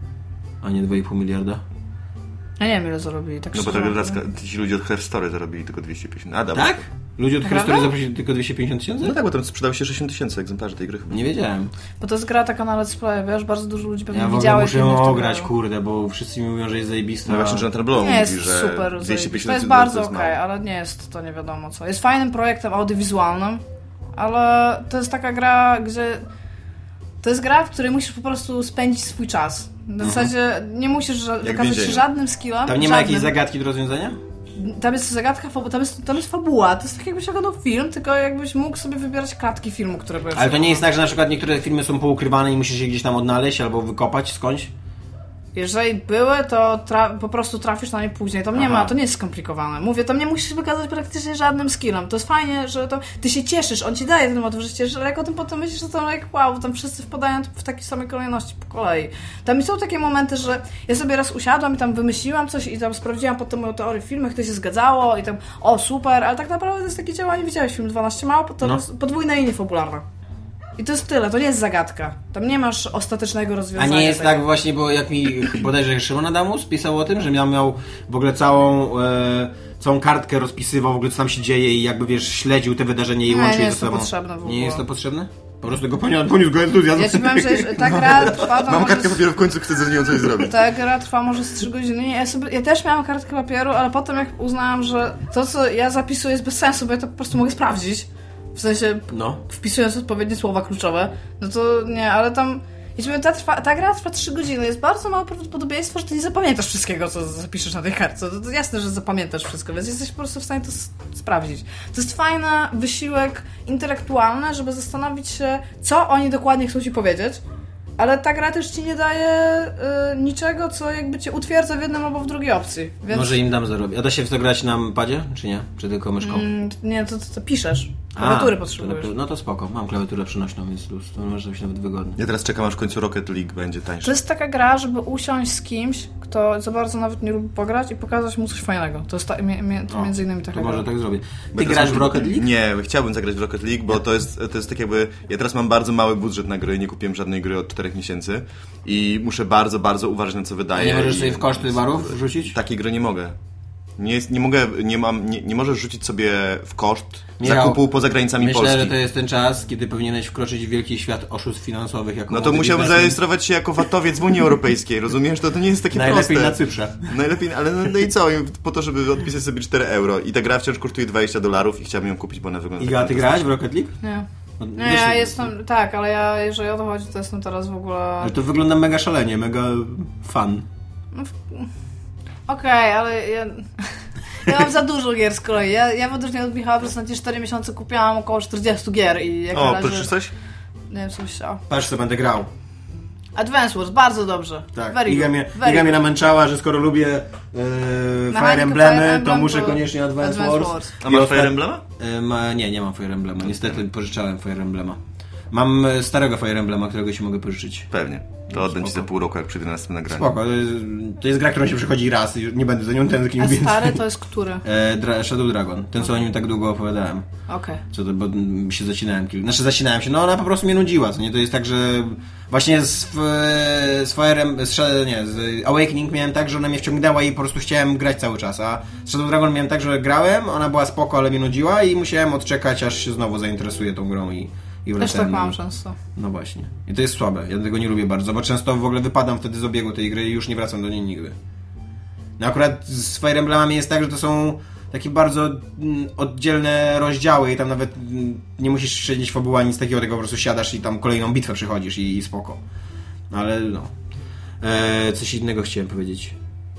A nie dwa i pół miliarda? Ja nie wiem, ile zarobili, tak No bo szczerze. tak raz, ci ludzie od Her Story zarobili tylko dwieście pięćdziesiąt. A, dobra. Tak? Ludzie od Naprawdę? Herstory zaprosili tylko dwieście pięćdziesiąt tysięcy? No tak, bo tam sprzedało się sześćdziesiąt tysięcy egzemplarzy tej gry chyba. Nie wiedziałem. Bo to jest gra taka na let's play, wiesz, bardzo dużo ludzi pewnie Ja w ogóle widziało. muszę ją ograć, kurde, bo wszyscy mi mówią, że jest zajebista. No właśnie Jonathan Blow Nie mówi, jest że super, dwieście zajebiste. pięćdziesiąt To jest tysięcy bardzo to jest okej, mało. ale nie jest to nie wiadomo co. Jest fajnym projektem audiowizualnym, ale to jest taka gra, gdzie... To jest gra, w której musisz po prostu spędzić swój czas. W zasadzie nie musisz ża- Jak wykazać się więzieniu. żadnym skillem. Tam nie ma żadnym. jakiejś zagadki do rozwiązania? Tam jest zagadka, fabu- tam jest, tam jest fabuła. To jest tak jakbyś oglądał film, tylko jakbyś mógł sobie wybierać klatki filmu, które były. Ale to nie jest tak, że na przykład niektóre filmy są poukrywane i musisz je gdzieś tam odnaleźć albo wykopać skądś? Jeżeli były, to tra- po prostu trafisz na nie później. Tam nie Aha. ma, to nie jest skomplikowane. Mówię, tam nie musisz wykazać praktycznie żadnym skillem. To jest fajnie, że to, ty się cieszysz, on ci daje ten motyw, że się cieszysz, ale jak o tym potem myślisz, to tam jak wow, tam wszyscy wpadają w takiej samej kolejności po kolei. Tam są takie momenty, że ja sobie raz usiadłam i tam wymyśliłam coś i tam sprawdziłam potem moją teorię w filmach, to się zgadzało i tam o super, ale tak naprawdę to jest takie działanie, widziałeś film dwanaście małp, to No. jest podwójna linia fabularna. I to jest tyle, to nie jest zagadka. Tam nie masz ostatecznego A rozwiązania. nie jest tego. tak właśnie, bo jak mi bodajże Szymon Adamus pisał o tym, że miał, miał w ogóle całą, e, całą kartkę rozpisywał w ogóle co tam się dzieje i jakby wiesz, śledził te wydarzenia i Nie, łączył nie je jest ze to sobą. potrzebne w ogóle. Nie jest to potrzebne? Po prostu go poniósł, poniósł go entuzjazm. Ja ci powiem, że ta gra trwa... Mam może kartkę z- papieru, w końcu chcę z nią coś zrobić. Ta gra trwa może z trzy godziny. Nie, ja, sobie, ja też miałam kartkę papieru, ale potem jak uznałam, że to, co ja zapisuję jest bez sensu, bo ja to po prostu mogę sprawdzić. W sensie No. wpisując odpowiednie słowa kluczowe. No to nie, ale tam... I ci powiem, ta, trwa, ta gra trwa trzy godziny. Jest bardzo małe prawdopodobieństwo, że ty nie zapamiętasz wszystkiego, co zapiszesz na tej kartce. To, to jasne, że zapamiętasz wszystko, więc jesteś po prostu w stanie to s- sprawdzić. To jest fajny wysiłek intelektualny, żeby zastanowić się, co oni dokładnie chcą ci powiedzieć. Ale ta gra też ci nie daje y, niczego, co jakby cię utwierdza w jednym albo w drugiej opcji. Więc, Może im dam zarobić. A da się w to grać na padzie, czy nie? Czy tylko myszką? mm, nie, to, to, to piszesz. A, Klawiatury to potrzebujesz. lepiej- No to spoko, mam klawiaturę przenośną, więc luz. To może być nawet wygodnie. Ja teraz czekam, aż w końcu Rocket League będzie To tańszy. jest taka gra, żeby usiąść z kimś, kto za bardzo nawet nie lubi pograć i pokazać mu coś fajnego. To jest ta, mi, mi, to O, między innymi taka To może gra. tak zrobię. Bo Ty ja grasz teraz w mam- Rocket League? Nie, chciałbym zagrać w Rocket League, bo to jest, to jest tak jakby... Ja teraz mam bardzo mały budżet na gry, nie kupiłem żadnej gry od czterech miesięcy i muszę bardzo, bardzo uważać na co A wydaję. nie możesz i- sobie w koszty barów wrzucić? Takiej gry nie mogę. Nie, jest, nie mogę, nie mam, nie, nie możesz rzucić sobie w koszt Michał, zakupu poza granicami Myślę, Polski. że to jest ten czas, kiedy powinieneś wkroczyć w wielki świat oszustw finansowych. Jako No to młody musiałbym biznesmen. zarejestrować się jako vatowiec w Unii Europejskiej, rozumiesz? To, to nie jest takie Najlepiej proste. na Cyprze. Najlepiej, ale no, no i co? Po to, żeby odpisać sobie cztery euro. I ta gra wciąż kosztuje dwadzieścia dolarów i chciałbym ją kupić, bo ona wygląda Iga, tak ty grałeś w Rocket League? Nie. No, Nie, wiesz, ja jestem... Tak, ale ja, jeżeli o to chodzi, to jestem teraz w ogóle... Ale to wygląda mega szalenie, mega fun. Okej, ale ja... Ja mam za dużo gier z kolei. Ja, ja w odróżnieniu od Michała przez ostatnie cztery miesiące kupiłam około czterdzieści gier i jak na O, razie... proszę coś? Nie wiem, co byś chciał. Patrz, co będę grał. Advance Wars, bardzo dobrze. Tak, Very Iga good. mnie, Very Iga mnie good. namęczała, że skoro lubię e, Mechanikę Fire Emblemy, Fire to Emblem muszę to koniecznie Advance, Advance Wars. Wars. A I masz ostat- Fire Emblema? E, ma, nie, nie mam Fire Emblema. Niestety pożyczałem Fire Emblema. Mam e, starego Fire Emblema, którego ci mogę pożyczyć. Pewnie. To oddam ci Spoko. za pół roku, jak przyjdę na następne nagranie. Spoko, to jest, to jest gra, którą się przychodzi raz i już nie będę za nią tęsknił A więcej. stary to jest który? E, Dra- Shadow Dragon, ten co o nim tak długo opowiadałem. Okej. Co to, bo mm, się zacinałem kilka. Znaczy zacinałem się, no ona po prostu mnie nudziła, co nie? To jest tak, że właśnie z, z Fire'em, z, Sh- nie, z Awakening miałem tak, że ona mnie wciągnęła i po prostu chciałem grać cały czas, a z Shadow Dragon miałem tak, że grałem, ona była spoko, ale mnie nudziła i musiałem odczekać, aż się znowu zainteresuję tą grą i, i Też wracałem tak do mam niej. często. No właśnie. I to jest słabe, ja tego nie lubię bardzo, bo często w ogóle wypadam wtedy z obiegu tej gry i już nie wracam do niej nigdy. No akurat z Fire Emblemami jest tak, że to są takie bardzo mm, oddzielne rozdziały i tam nawet mm, nie musisz śledzić fabuła, nic takiego, tylko po prostu siadasz i tam kolejną bitwę przychodzisz i, i spoko. No ale no. E, coś innego chciałem powiedzieć.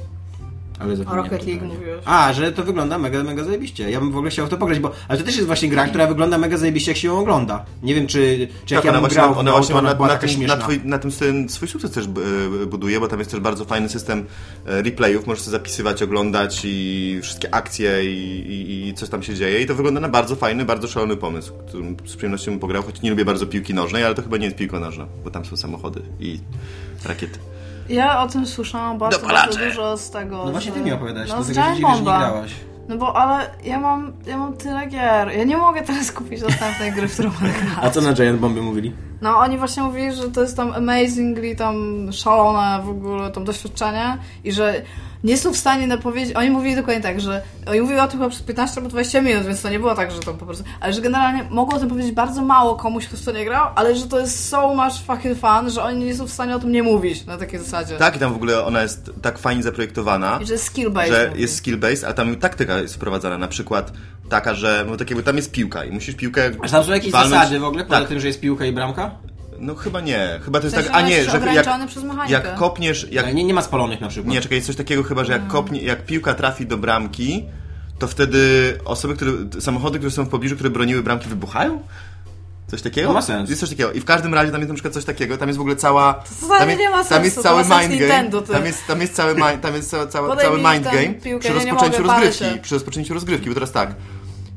Ale O zapomniałem. Rocket League totalnie. mówiłeś. A, że to wygląda mega, mega zajebiście. Ja bym w ogóle chciał w to pograć, bo... Ale to też jest właśnie gra, która wygląda mega zajebiście, jak się ją ogląda. Nie wiem, czy, czy jak Tak, ja ona bym właśnie, grał, ona no, właśnie to ma ona na, była na, taka tym, śmieszna. na, twój, na tym swój, swój sukces też e, buduje, bo tam jest też bardzo fajny system e, replayów, możesz sobie zapisywać, oglądać i wszystkie akcje i, i, i coś tam się dzieje i to wygląda na bardzo fajny, bardzo szalony pomysł, którym z przyjemnością bym pograł, choć nie lubię bardzo piłki nożnej, ale to chyba nie jest piłka nożna, bo tam są samochody i rakiety. Ja o tym słyszałam bardzo, Dopalacze. bardzo dużo z tego. No właśnie z- ty mi opowiadałeś, no, to z tego się Giant dziwię, że nie Bomba. grałaś. No bo, ale ja mam, ja mam tyle gier. Ja nie mogę teraz kupić następnej gry, w którą będę grać. A co na Giant Bombie mówili? No oni właśnie mówili, że to jest tam amazingly tam szalone w ogóle tam doświadczenie i że nie są w stanie napowiedzieć, oni mówili dokładnie tak, że oni mówili o tym chyba przez piętnaście albo dwadzieścia minut, więc to nie było tak, że to po prostu, ale że generalnie mogą o tym powiedzieć bardzo mało komuś, kto w to nie grał, ale że to jest so much fucking fun, że oni nie są w stanie o tym nie mówić na takiej zasadzie. Tak, i tam w ogóle ona jest tak fajnie zaprojektowana, I że jest skill-based. że mówi. jest skill-based, a tam taktyka jest wprowadzana, na przykład taka, że no tak jakby tam jest piłka i musisz piłkę A tam są jakieś walnąć. zasady w ogóle, poza Tak. tym, że jest piłka i bramka? No chyba nie, chyba to jest W sensie tak, a on nie, jest że jak, ograniczony przez mechanikę. jak kopniesz, jak Jak... Nie, nie ma spalonych na przykład. Nie, czekaj, jest coś takiego chyba, że jak kopnie, jak piłka trafi do bramki, to wtedy osoby, które, samochody, które są w pobliżu, które broniły bramki, wybuchają? Coś takiego? To ma sens. Jest coś takiego. I w każdym razie tam jest na przykład coś takiego, tam jest w ogóle cała... To wcale tam jest, nie ma tam sensu, jest to cały ma sens mind game. Nintendo, ty. Tam jest, tam jest cały, mi- tam jest cały, cały, Podaj cały mi mind tę game piłkę, przy ja nie rozpoczęciu mogę, palę rozgrywki. się. Przy rozpoczęciu rozgrywki, bo teraz tak.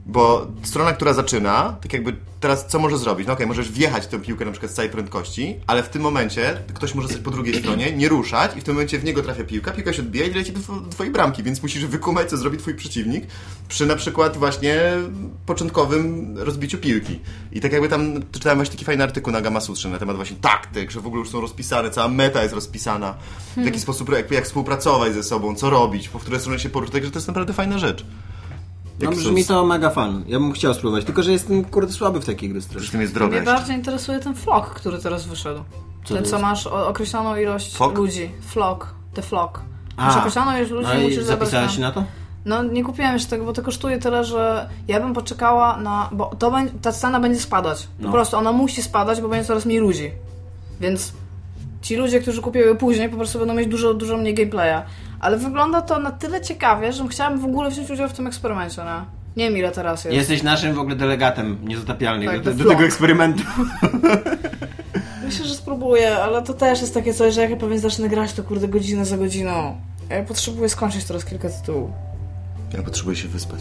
Bo strona, która zaczyna, tak jakby teraz co może zrobić? No okej, okay, możesz wjechać w tę piłkę na przykład z całej prędkości, ale w tym momencie ktoś może stać po drugiej stronie, nie ruszać i w tym momencie w niego trafia piłka, piłka się odbija i leci do, do twojej bramki, więc musisz wykumać, co zrobi twój przeciwnik przy na przykład właśnie początkowym rozbiciu piłki. I tak jakby tam czytałem właśnie taki fajny artykuł na Gamasutrze na temat właśnie taktyk, że w ogóle już są rozpisane, cała meta jest rozpisana, w jaki sposób, jak, jak współpracować ze sobą, co robić, po której stronie się poruszać, także to jest naprawdę fajna rzecz. No brzmi są... to mega fan. Ja bym chciał spróbować, tylko że jestem kurde słaby w takiej gry strasznie. Jest droga. Mnie bardziej interesuje ten flock, który teraz wyszedł. Co ten, co masz o, określoną ilość Flock? ludzi. Flock. The flock. A, masz określoną ilość ludzi no i i musisz zabrać zapisałaś się na to? No nie kupiłem jeszcze tego, bo to kosztuje tyle, że ja bym poczekała na... Bo to będzie, ta cena będzie spadać. No. Po prostu ona musi spadać, bo będzie coraz mniej ludzi. Więc ci ludzie, którzy kupiły później, po prostu będą mieć dużo, dużo mniej gameplaya. Ale wygląda to na tyle ciekawie, że chciałabym w ogóle wziąć udział w tym eksperymencie, nie? Nie wiem ile teraz jest. Jesteś naszym w ogóle delegatem niezatapialnym Tak, do, do do tego eksperymentu. Myślę, że spróbuję, ale to też jest takie coś, że jak ja pewnie zacznę grać, to kurde godzinę za godziną. Ja potrzebuję skończyć teraz kilka tytułów. Ja potrzebuję się wyspać.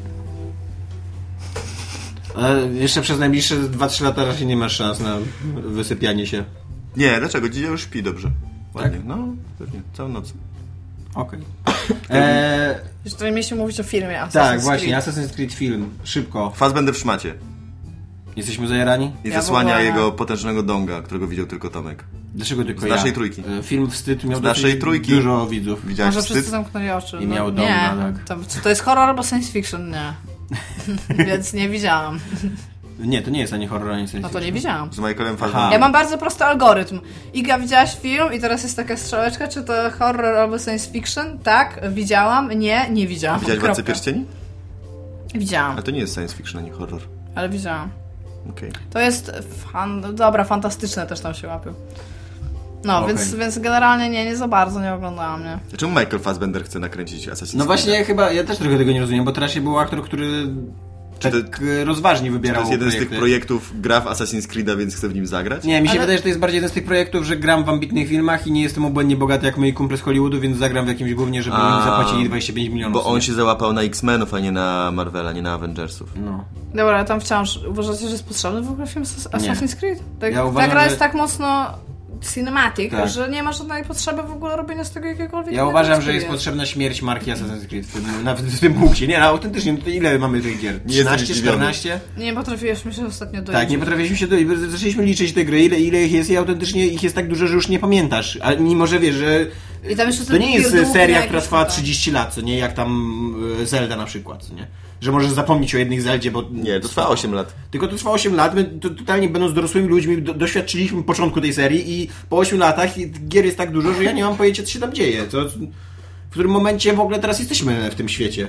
Ale jeszcze przez najbliższe dwa trzy lata raczej nie masz szans na wysypianie się. Nie, dlaczego? Dzisiaj już śpi dobrze. Ładnie. Tak? No, pewnie. Całą noc. Okej. Okay. Eee, Jeszcze nie mieliśmy mówić o filmie Assassin's tak, właśnie, Creed. Assassin's Creed film. Szybko. Fassbender w szmacie. Jesteśmy zajarani? I Ja zasłania w ogóle- jego potężnego donga, którego widział tylko Tomek. Dlaczego tylko Z ja? naszej trójki. E, Film Wstyd miał Z naszej dosyć trójki. dużo widzów. Widziałeś Może wszyscy wstyd? zamknęli oczy. I miał no, dom, nie, no tak. to, czy to jest horror albo science fiction? Nie. Więc nie widziałam. Nie, to nie jest ani horror, ani science No to nie fiction. widziałam. Z Michaelem Aha. Fassbenderem. Ja mam bardzo prosty algorytm. Iga, widziałaś film i teraz jest taka strzałeczka, czy to horror albo science fiction? Tak, widziałam. Nie, nie widziałam. Widziałeś Władcę Kropka. Pierścieni? Widziałam, Ale to nie jest science fiction ani horror. ale widziałam. Okej. To jest fan... dobra, fantastyczne też tam się łapią. No, Okej. więc, więc generalnie nie, nie za bardzo nie oglądałam, nie? Czemu Michael Fassbender chce nakręcić Assassin's Creed? No właśnie, chyba, ja też trochę tego nie rozumiem, bo teraz się był aktor, który Czy to- tak e, rozważnie To wybierał jest jeden z projekty. tych projektów, gra w Assassin's Creed'a, więc chce w nim zagrać? Nie, mi się Ale- wydaje, że to jest bardziej jeden z tych projektów, że gram w ambitnych filmach i nie jestem obłędnie bogaty jak moi kumple z Hollywoodu, więc zagram w jakimś głównie, żeby A, mi zapłacili dwadzieścia pięć milionów. Bo on się załapał na X-Menów, a nie na Marvela, nie na Avengersów. No. Dobra, ale tam wciąż uważacie, że jest potrzebny w ogóle film Ass- Assassin's Creed? Tak, Ja ta uważam, gra że- jest tak mocno cinematic, Tak. że nie ma żadnej potrzeby w ogóle robienia z tego jakiegokolwiek Ja innego uważam, że jest experience. potrzebna śmierć marki Assassin's Creed w tym, nawet w tym punkcie. Nie, no, autentycznie, no to ile mamy tych gier? Nie jestem trzynaście, zdziwiony. czternaście? Nie potrafiłeś mi się ostatnio dojść. Tak, nie potrafiliśmy się do... Zaczęliśmy liczyć te gry, ile, ile ich jest i autentycznie ich jest tak dużo, że już nie pamiętasz. A mimo, że wiesz, że I tam jeszcze to ten nie jest pierdółki seria, jakieś która trwała tutaj. trzydzieści lat, co nie? Jak tam e, Zelda na przykład, co nie? Że możesz zapomnieć o jednych Zeldzie, bo... Nie, to trwa osiem lat. Tylko to trwa osiem lat, my to, totalnie będąc dorosłymi ludźmi do, doświadczyliśmy początku tej serii i po ośmiu latach i gier jest tak dużo, że ja nie mam pojęcia, co się tam dzieje. Co, w którym momencie w ogóle teraz jesteśmy w tym świecie.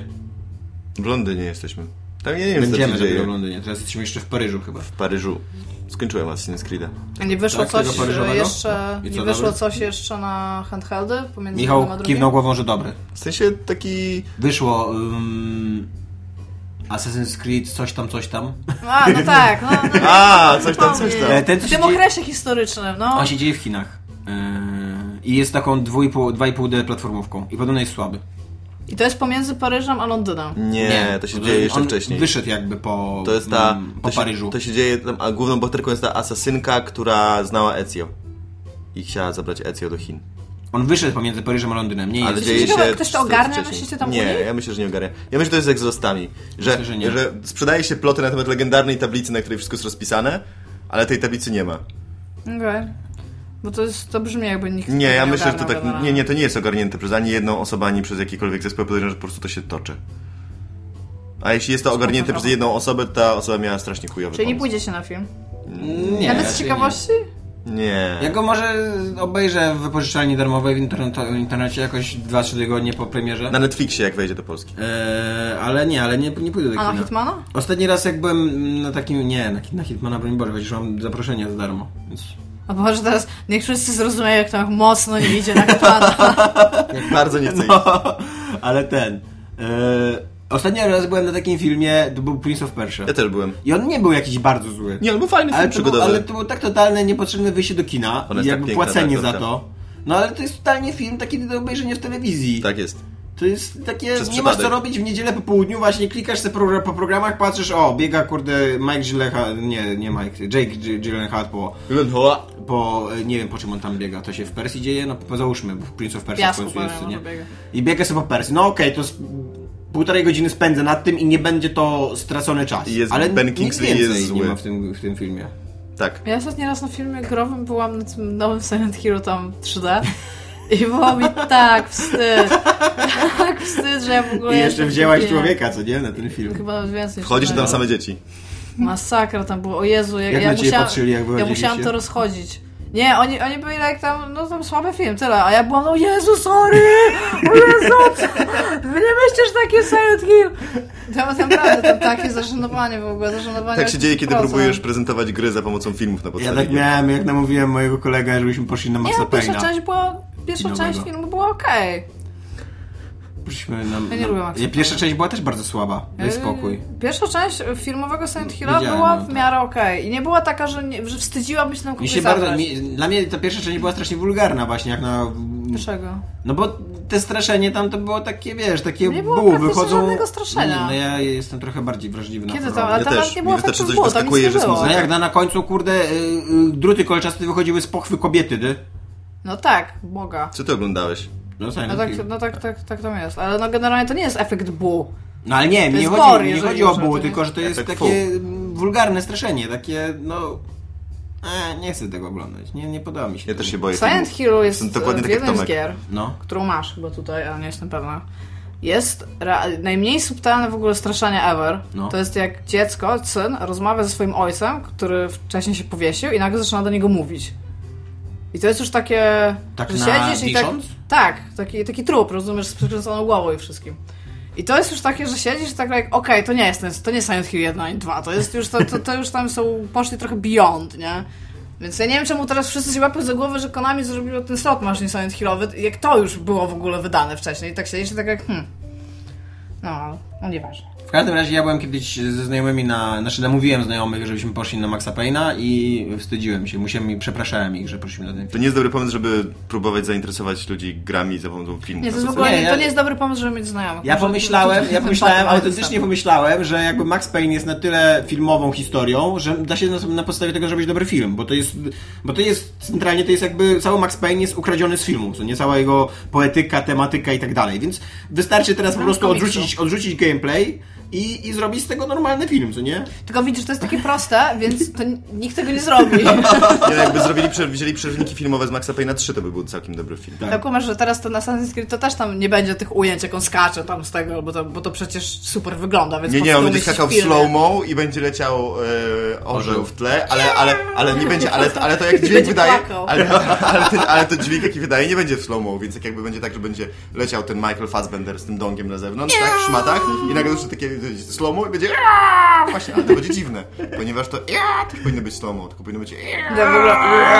W Londynie jesteśmy. Tam ja nie wiem, co Będziemy się dzieje. dopiero w Londynie, teraz jesteśmy jeszcze w Paryżu chyba. W Paryżu. Skończyłem Assassin's Creed'a. A nie wyszło Tak, tego coś paryżowego? jeszcze, I nie co, wyszło dobre? coś jeszcze na handheldy pomiędzy jednym a Michał drugim? kiwnął głową, że dobre. W sensie taki... Wyszło um, Assassin's Creed coś tam, coś tam. A, no tak, no, no, A, coś tam, coś tam. E, ten, co w się tym dzieje, okresie historycznym, no. on się dzieje w Chinach. Yy, I jest taką dwa i pół D platformówką. I podobno jest słaby. I to jest pomiędzy Paryżem a Londynem. Nie, to się dzieje jeszcze on wcześniej. Wyszedł jakby po, To jest ta... mm, po to Paryżu. Się, to się dzieje... Tam, a główną bohaterką jest ta asasynka, która znała Ezio. I chciała zabrać Ezio do Chin. On wyszedł pomiędzy Paryżem a Londynem. Nie Ale jest. dzieje ciekawe, się... ktoś to sto- ogarnia, wcześniej. myślicie, tam Nie, Unii? ja myślę, że nie ogarnia. Ja myślę, że to jest jak z Lostami. Że, Myślę, że nie. że sprzedaje się ploty na temat legendarnej tablicy, na której wszystko jest rozpisane, ale tej tablicy nie ma. Okej. Okay. Bo to, jest, to brzmi jakby nikt Nie, tego ja myślę, że to ogarniał tak... generalnie. Nie, nie, to nie jest ogarnięte przez ani jedną osobę, ani przez jakikolwiek zespół. Podejrzewam, że po prostu to się toczy. A jeśli jest to ogarnięte przez jedną osobę, to ta osoba miała strasznie chujowy Czyli nie pomysł. pójdziecie na film? Nie, Nawet z raczej ciekawości? Nie. Ja go może obejrzę w wypożyczalni darmowej w internecie, w internecie jakoś dwa trzy tygodnie po premierze. Na Netflixie, jak wejdzie do Polski. Eee, ale nie, ale nie, nie pójdę do A kina. na Hitmana? Ostatni raz jak byłem na takim... Nie, na, na Hitmana, broń Boże, chociaż mam zaproszenie za darmo. Więc... A może teraz niech wszyscy zrozumieją, jak to mocno nie idzie na Hitmana. Jak bardzo nie chcę iść. No, ale ten... Eee, ostatni raz byłem na takim filmie, to był Prince of Persia. Ja też byłem. I on nie był jakiś bardzo zły. Nie, on był fajny film Ale to, było, przygodowy. ale to było tak totalne niepotrzebne wyjście do kina Ona i jest jakby tak piękna, płacenie ta za aktorka. to. No ale to jest totalnie film taki do obejrzenia w telewizji. Tak jest. To jest takie, Przez nie przypadek. masz co robić w niedzielę po południu, właśnie klikasz sobie pro, po programach, patrzysz, o, biega kurde Mike Gyllenhaal, nie, nie Mike, Jake Gyllenhaal po, po, nie wiem po czym on tam biega, to się w Persji dzieje, no po, załóżmy, bo w Prince of Persia w końcu jest, nie? Biega. I biega sobie po Persji, no okej, okay, to z, półtorej godziny spędzę nad tym i nie będzie to stracony czas, jest ale Ben nic Kingsley więcej jest nie zły. ma w tym, w tym filmie. Tak. Ja ostatni raz na filmie growym byłam na tym nowym Silent Hero tam trzy D i było mi tak wstyd. Tak wstyd, że ja w ogóle... I jeszcze wzięłaś nie. człowieka, co nie, na ten film. Chyba więcej. Wchodzisz się tam dało. same dzieci. Masakra tam było, o Jezu, ja, Jak ja na ciebie musiałam, patrzyli, jak ja wychodziliście? musiałam to rozchodzić. Nie, oni, oni byli jak tam, no tam słaby film, tyle, a ja byłam, no Jezu, sorry, o Jezu, co? Wy nie myślisz takie Silent Hill. To naprawdę tam takie zażenowanie w ogóle, zażenowanie. Tak się dzieje, kiedy procent. próbujesz prezentować gry za pomocą filmów na Ja podstawie tak gier. miałem, jak namówiłem mojego kolegę, żebyśmy poszli na Nie, Maxa no, pierwsza Payne'a. część była, pierwsza Kinowego. część filmu była okej. Poszliśmy na, Ja nie na, lubię Maxa ja, Pierwsza Payne'a. część była też bardzo słaba, daj spokój. Pierwsza część filmowego Silent Hilla Widziałem, była no, w tak. miarę okej. I nie była taka, że, nie, że wstydziłabyś się nam Mi kogoś się bardzo, zabrać. mi, dla mnie ta pierwsza część była strasznie wulgarna właśnie, jak na... Dlaczego? No bo te straszenie tam to było takie, wiesz, takie Nie było buł, praktycznie wychodzą... żadnego straszenia. No, nie, no ja jestem trochę bardziej wrażliwy na Kiedy horror. to? Ale Ja tam też. nawet nie było Mi wystarczy efektów coś bólu, tam nic wyskakuje, nie że było. smutno. No jak na, na końcu, kurde, y, y, druty kolczaste wychodziły z pochwy kobiety, ty? No tak, Boga. Co ty oglądałeś? No, No tak, no tak, tak, tak tam jest. Ale no generalnie to nie jest efekt bu. No ale nie, mi nie jest chodzi, gore, mi nie jeżeli chodzi o już, buł, to nie- tylko że to jest Efekt takie mm, wulgarne straszenie, takie, no... E, nie chcę tego oglądać, nie, nie podoba mi się. Ja to. też się boję. Silent filmów. Hill jest Jestem dokładnie w tak jak jednej z Tomek. gier, No. którą masz chyba tutaj, ale nie jestem pewna. Jest rea- najmniej subtelne w ogóle straszenie ever. No. To jest jak dziecko, syn, rozmawia ze swoim ojcem, który wcześniej się powiesił i nagle zaczyna do niego mówić. I to jest już takie, Tak że na siedzisz i tak... wisząc? Tak, taki, taki trup, rozumiesz, z przykręconą głową i wszystkim. I to jest już takie, że siedzisz i tak jak, okej, to nie jest, to, jest, to nie Silent Hill jeden i dwa, to jest już, to, to, to już tam są, poszli trochę beyond, nie? Więc ja nie wiem, czemu teraz wszyscy się łapią za głowę, że Konami zrobiło ten slot machine Silent Hillowy, jak to już było w ogóle wydane wcześniej. I tak siedzisz i tak jak, hmm, no, no nieważne. W każdym razie ja byłem kiedyś ze znajomymi na... Znaczy namówiłem znajomych, żebyśmy poszli na Maxa Payne'a i wstydziłem się, musiałem i przepraszałem ich, że poszliśmy na ten To film. nie jest dobry pomysł, żeby próbować zainteresować ludzi grami za pomocą filmów. Nie, to jest w na ogóle, Nie, nie, ja- to nie jest dobry pomysł, żeby mieć znajomych. Ja Może- pomyślałem, ja pomyślałem, Empatia, autentycznie pomyślałem, że jakby Max Payne jest na tyle filmową historią, że da się na, na podstawie tego zrobić dobry film, bo to jest, bo to jest centralnie, to jest jakby, cały Max Payne jest ukradziony z filmu, co nie, cała jego poetyka, tematyka i tak dalej, więc wystarczy teraz po No, prostu komiksu. odrzucić, odrzucić gameplay i, i zrobić z tego normalny film, co nie? Tylko widzisz, to jest takie proste, więc to n- nikt tego nie zrobi. Nie, jakby zrobili, prze- wzięli przerwniki filmowe z Maxa Payne'a trzy, to by był całkiem dobry film. Tak. Tak, masz, że teraz to na Assassin's Creed to też tam nie będzie tych ujęć, jak on skacze tam z tego, bo to, bo to przecież super wygląda, więc Nie, po nie, on prostu będzie umieścić skakał w filmie. slow-mo i będzie leciał e, orzeł w tle, ale, ale, ale nie będzie, ale, ale to jak dźwięk Będzie wydaje, płakał. ale, ale, ten, ale to dźwięk jaki wydaje nie będzie w slow-mo, więc jak jakby będzie tak, że będzie leciał ten Michael Fassbender z tym dongiem na zewnątrz, tak, w szmatach i nagle już takie slow-mo i będzie "Aaaa!" właśnie, ale to będzie dziwne, ponieważ to "Aaaa!" to nie powinno być slow-mo, tylko powinno być "Aaaa!" Ja w ogóle...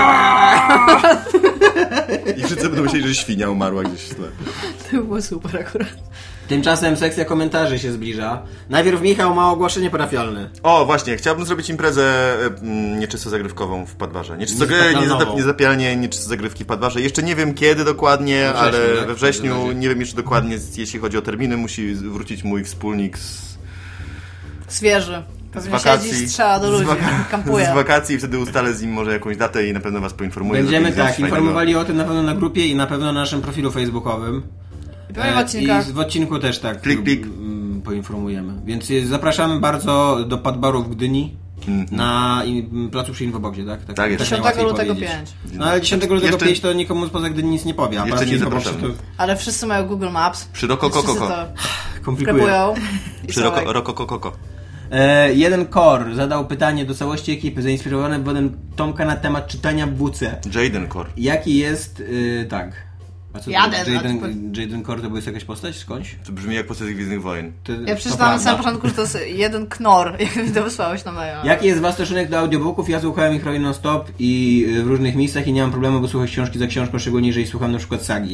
i wszyscy będą myśleli, że świnia umarła gdzieś w tle. To było super akurat. Tymczasem sekcja komentarzy się zbliża. Najpierw Michał ma ogłoszenie parafialne. O, właśnie, chciałbym zrobić imprezę mm, nieczysto zagrywkową w Padbarze. Nieczysto, Niezaplanową. nie niezapialnie nieczysto zagrywki w Padbarze. Jeszcze nie wiem kiedy dokładnie, We wrześniu, ale tak? we W wrześniu, każdym razie. nie wiem jeszcze dokładnie, jeśli chodzi o terminy, musi wrócić mój wspólnik z, Świeży. z Pewnie wakacji. siedzi i strzela do ludzi, z, waka- kampuje. z wakacji i wtedy ustalę z nim może jakąś datę i na pewno was poinformuję. Będziemy Zrobimy coś tak, fajnego. informowali o tym na pewno na grupie i na pewno na naszym profilu facebookowym. I pewnie w E, odcinkach. I w odcinku też tak Klik, klik. mm, poinformujemy. Więc jest- zapraszamy bardzo do Padbaru w Gdyni Mhm. na in, placu przy Infoboksie, tak? Tak jest. najłatwiej dziesiątego lutego powiedzieć. pięć. No ale dziesiątego lutego Jeszcze- pięć to nikomu spoza Gdyni nic nie powie. A Jeszcze plac nie Infoboksie zapraszamy. to Ale wszyscy mają Google Maps. Przy Roko Wszyscy Koko. to komplikuje. sklepują. I Przy są Roko, jak- Roko Koko. E, jeden Kor zadał pytanie do całości ekipy, zainspirowany wodem Tomka na temat czytania w buce. Jaden Core. Jaki jest... Y, tak. A co to- Jaden, Jaden, a ty- Jaden Kor to była jakaś postać? Skądś? To brzmi jak postać Gwiezdnych Wojen. To, Ja to przeczytałam na prawda. samym początku, że to jest jeden knor, jak mi to wysłałeś na maila. Jaki jest wasz stosunek do audiobooków? Ja słuchałem ich robię non-stop i y, w różnych miejscach i nie mam problemu, bo słuchać książki za książką, szczególnie jeżeli słucham na przykład sagi.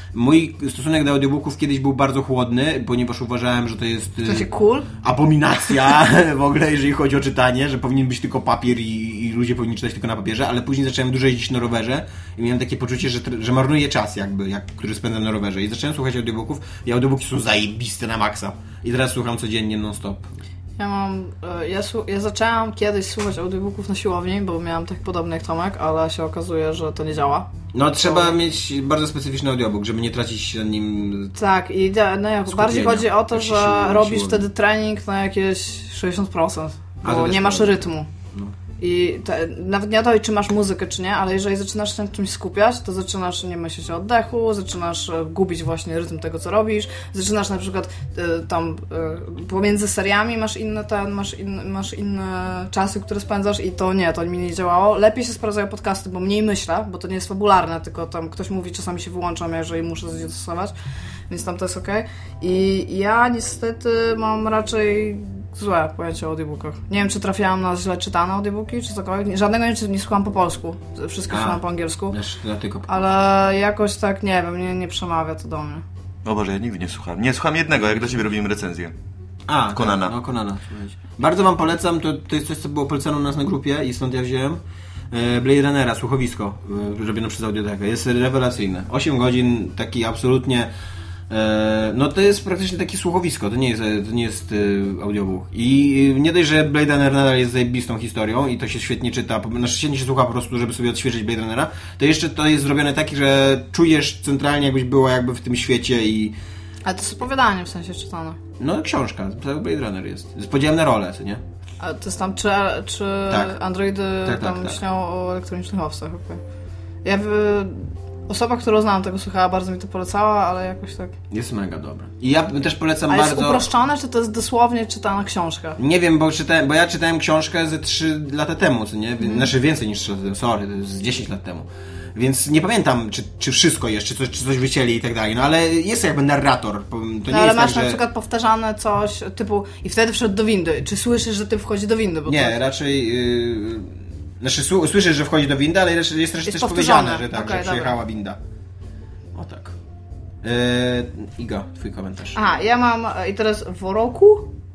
mój stosunek do audiobooków kiedyś był bardzo chłodny, ponieważ uważałem, że to jest To się cool? abominacja w ogóle, jeżeli chodzi o czytanie, że powinien być tylko papier i, i ludzie powinni czytać tylko na papierze, ale później zacząłem dużo jeździć na rowerze i miałem takie poczucie, że, że marnuję czas jakby, jak, który spędzam na rowerze i zacząłem słuchać audiobooków i audiobooki są zajebiste na maksa i teraz słucham codziennie non-stop. Ja mam, ja, ja zaczęłam kiedyś słuchać audiobooków na siłowni, bo miałam tak podobny jak Tomek, ale się okazuje, że to nie działa. No trzeba to... mieć bardzo specyficzny audiobook, żeby nie tracić na nim. Tak, i no, jak bardziej chodzi o to, że siłowni, robisz siłowni. wtedy trening na jakieś sześćdziesiąt procent, bo nie masz rytmu. No. I te, nawet nie o to, czy masz muzykę, czy nie, ale jeżeli zaczynasz się na czymś skupiać, to zaczynasz nie myśleć o oddechu, zaczynasz gubić właśnie rytm tego, co robisz, zaczynasz na przykład y, tam y, pomiędzy seriami masz inne, ten, masz, in, masz inne czasy, które spędzasz i to nie, to mi nie działało. Lepiej się sprawdzają podcasty, bo mniej myślę, bo to nie jest fabularne, tylko tam ktoś mówi, czasami się wyłączam, jeżeli muszę coś dostosować, więc tam to jest okej. I ja niestety mam raczej złe pojęcie o audiobookach. Nie wiem, czy trafiałam na źle czytane audiobooki, czy cokolwiek. Żadnego nie, nie słucham po polsku. Wszystko słucham po angielsku. Ja tylko po ale jakoś tak, nie wiem, nie, nie przemawia to do mnie. O Boże, ja nigdy nie słucham. Nie słucham jednego, jak do ciebie robimy recenzję. A, Conana. Tak, no Conana. Bardzo wam polecam, to, to jest coś, co było polecane u nas na grupie i stąd ja wziąłem. Blade Runnera, słuchowisko, robione przez Audiotekę. Jest rewelacyjne. osiem godzin, taki absolutnie... No to jest praktycznie takie słuchowisko, to nie jest, to nie jest audiobook. I nie dość, że Blade Runner nadal jest zajebistą historią i to się świetnie czyta, znaczy świetnie się słucha po prostu, żeby sobie odświeżyć Blade Runnera, to jeszcze to jest zrobione tak, że czujesz centralnie, jakbyś była jakby w tym świecie i... Ale to jest opowiadanie w sensie czytane. No książka, Blade Runner jest. Z podziałem na rolę, co nie? A to jest tam, czy, czy tak. androidy tak, tam tak, tak. śnią o elektronicznych owcach. Okay. Ja w... Osoba, którą znam, tego słuchała, bardzo mi to polecała, ale jakoś tak... Jest mega dobra. I ja też polecam A bardzo... jest uproszczone, czy to jest dosłownie czytana książka? Nie wiem, bo, czytałem, bo ja czytałem książkę ze trzy lata temu, co nie? Mm. Znaczy więcej niż trzy lata temu, sorry, to jest z dziesięć lat temu. Więc nie pamiętam, czy, czy wszystko jest, czy coś, czy coś wycięli i tak dalej, no ale jest jakby narrator. To nie no ale jest masz tak, na że... przykład powtarzane coś typu i wtedy wszedł do windy. Czy słyszysz, że ty wchodzi do windy? Bo nie, to... raczej... Yy... Znaczy słyszysz, że wchodzi do windy, ale jest, jest, jest też powiedziane, że tak, okay, że przyjechała winda. O tak. Yy, Iga, twój komentarz. Aha, ja mam i teraz w roku?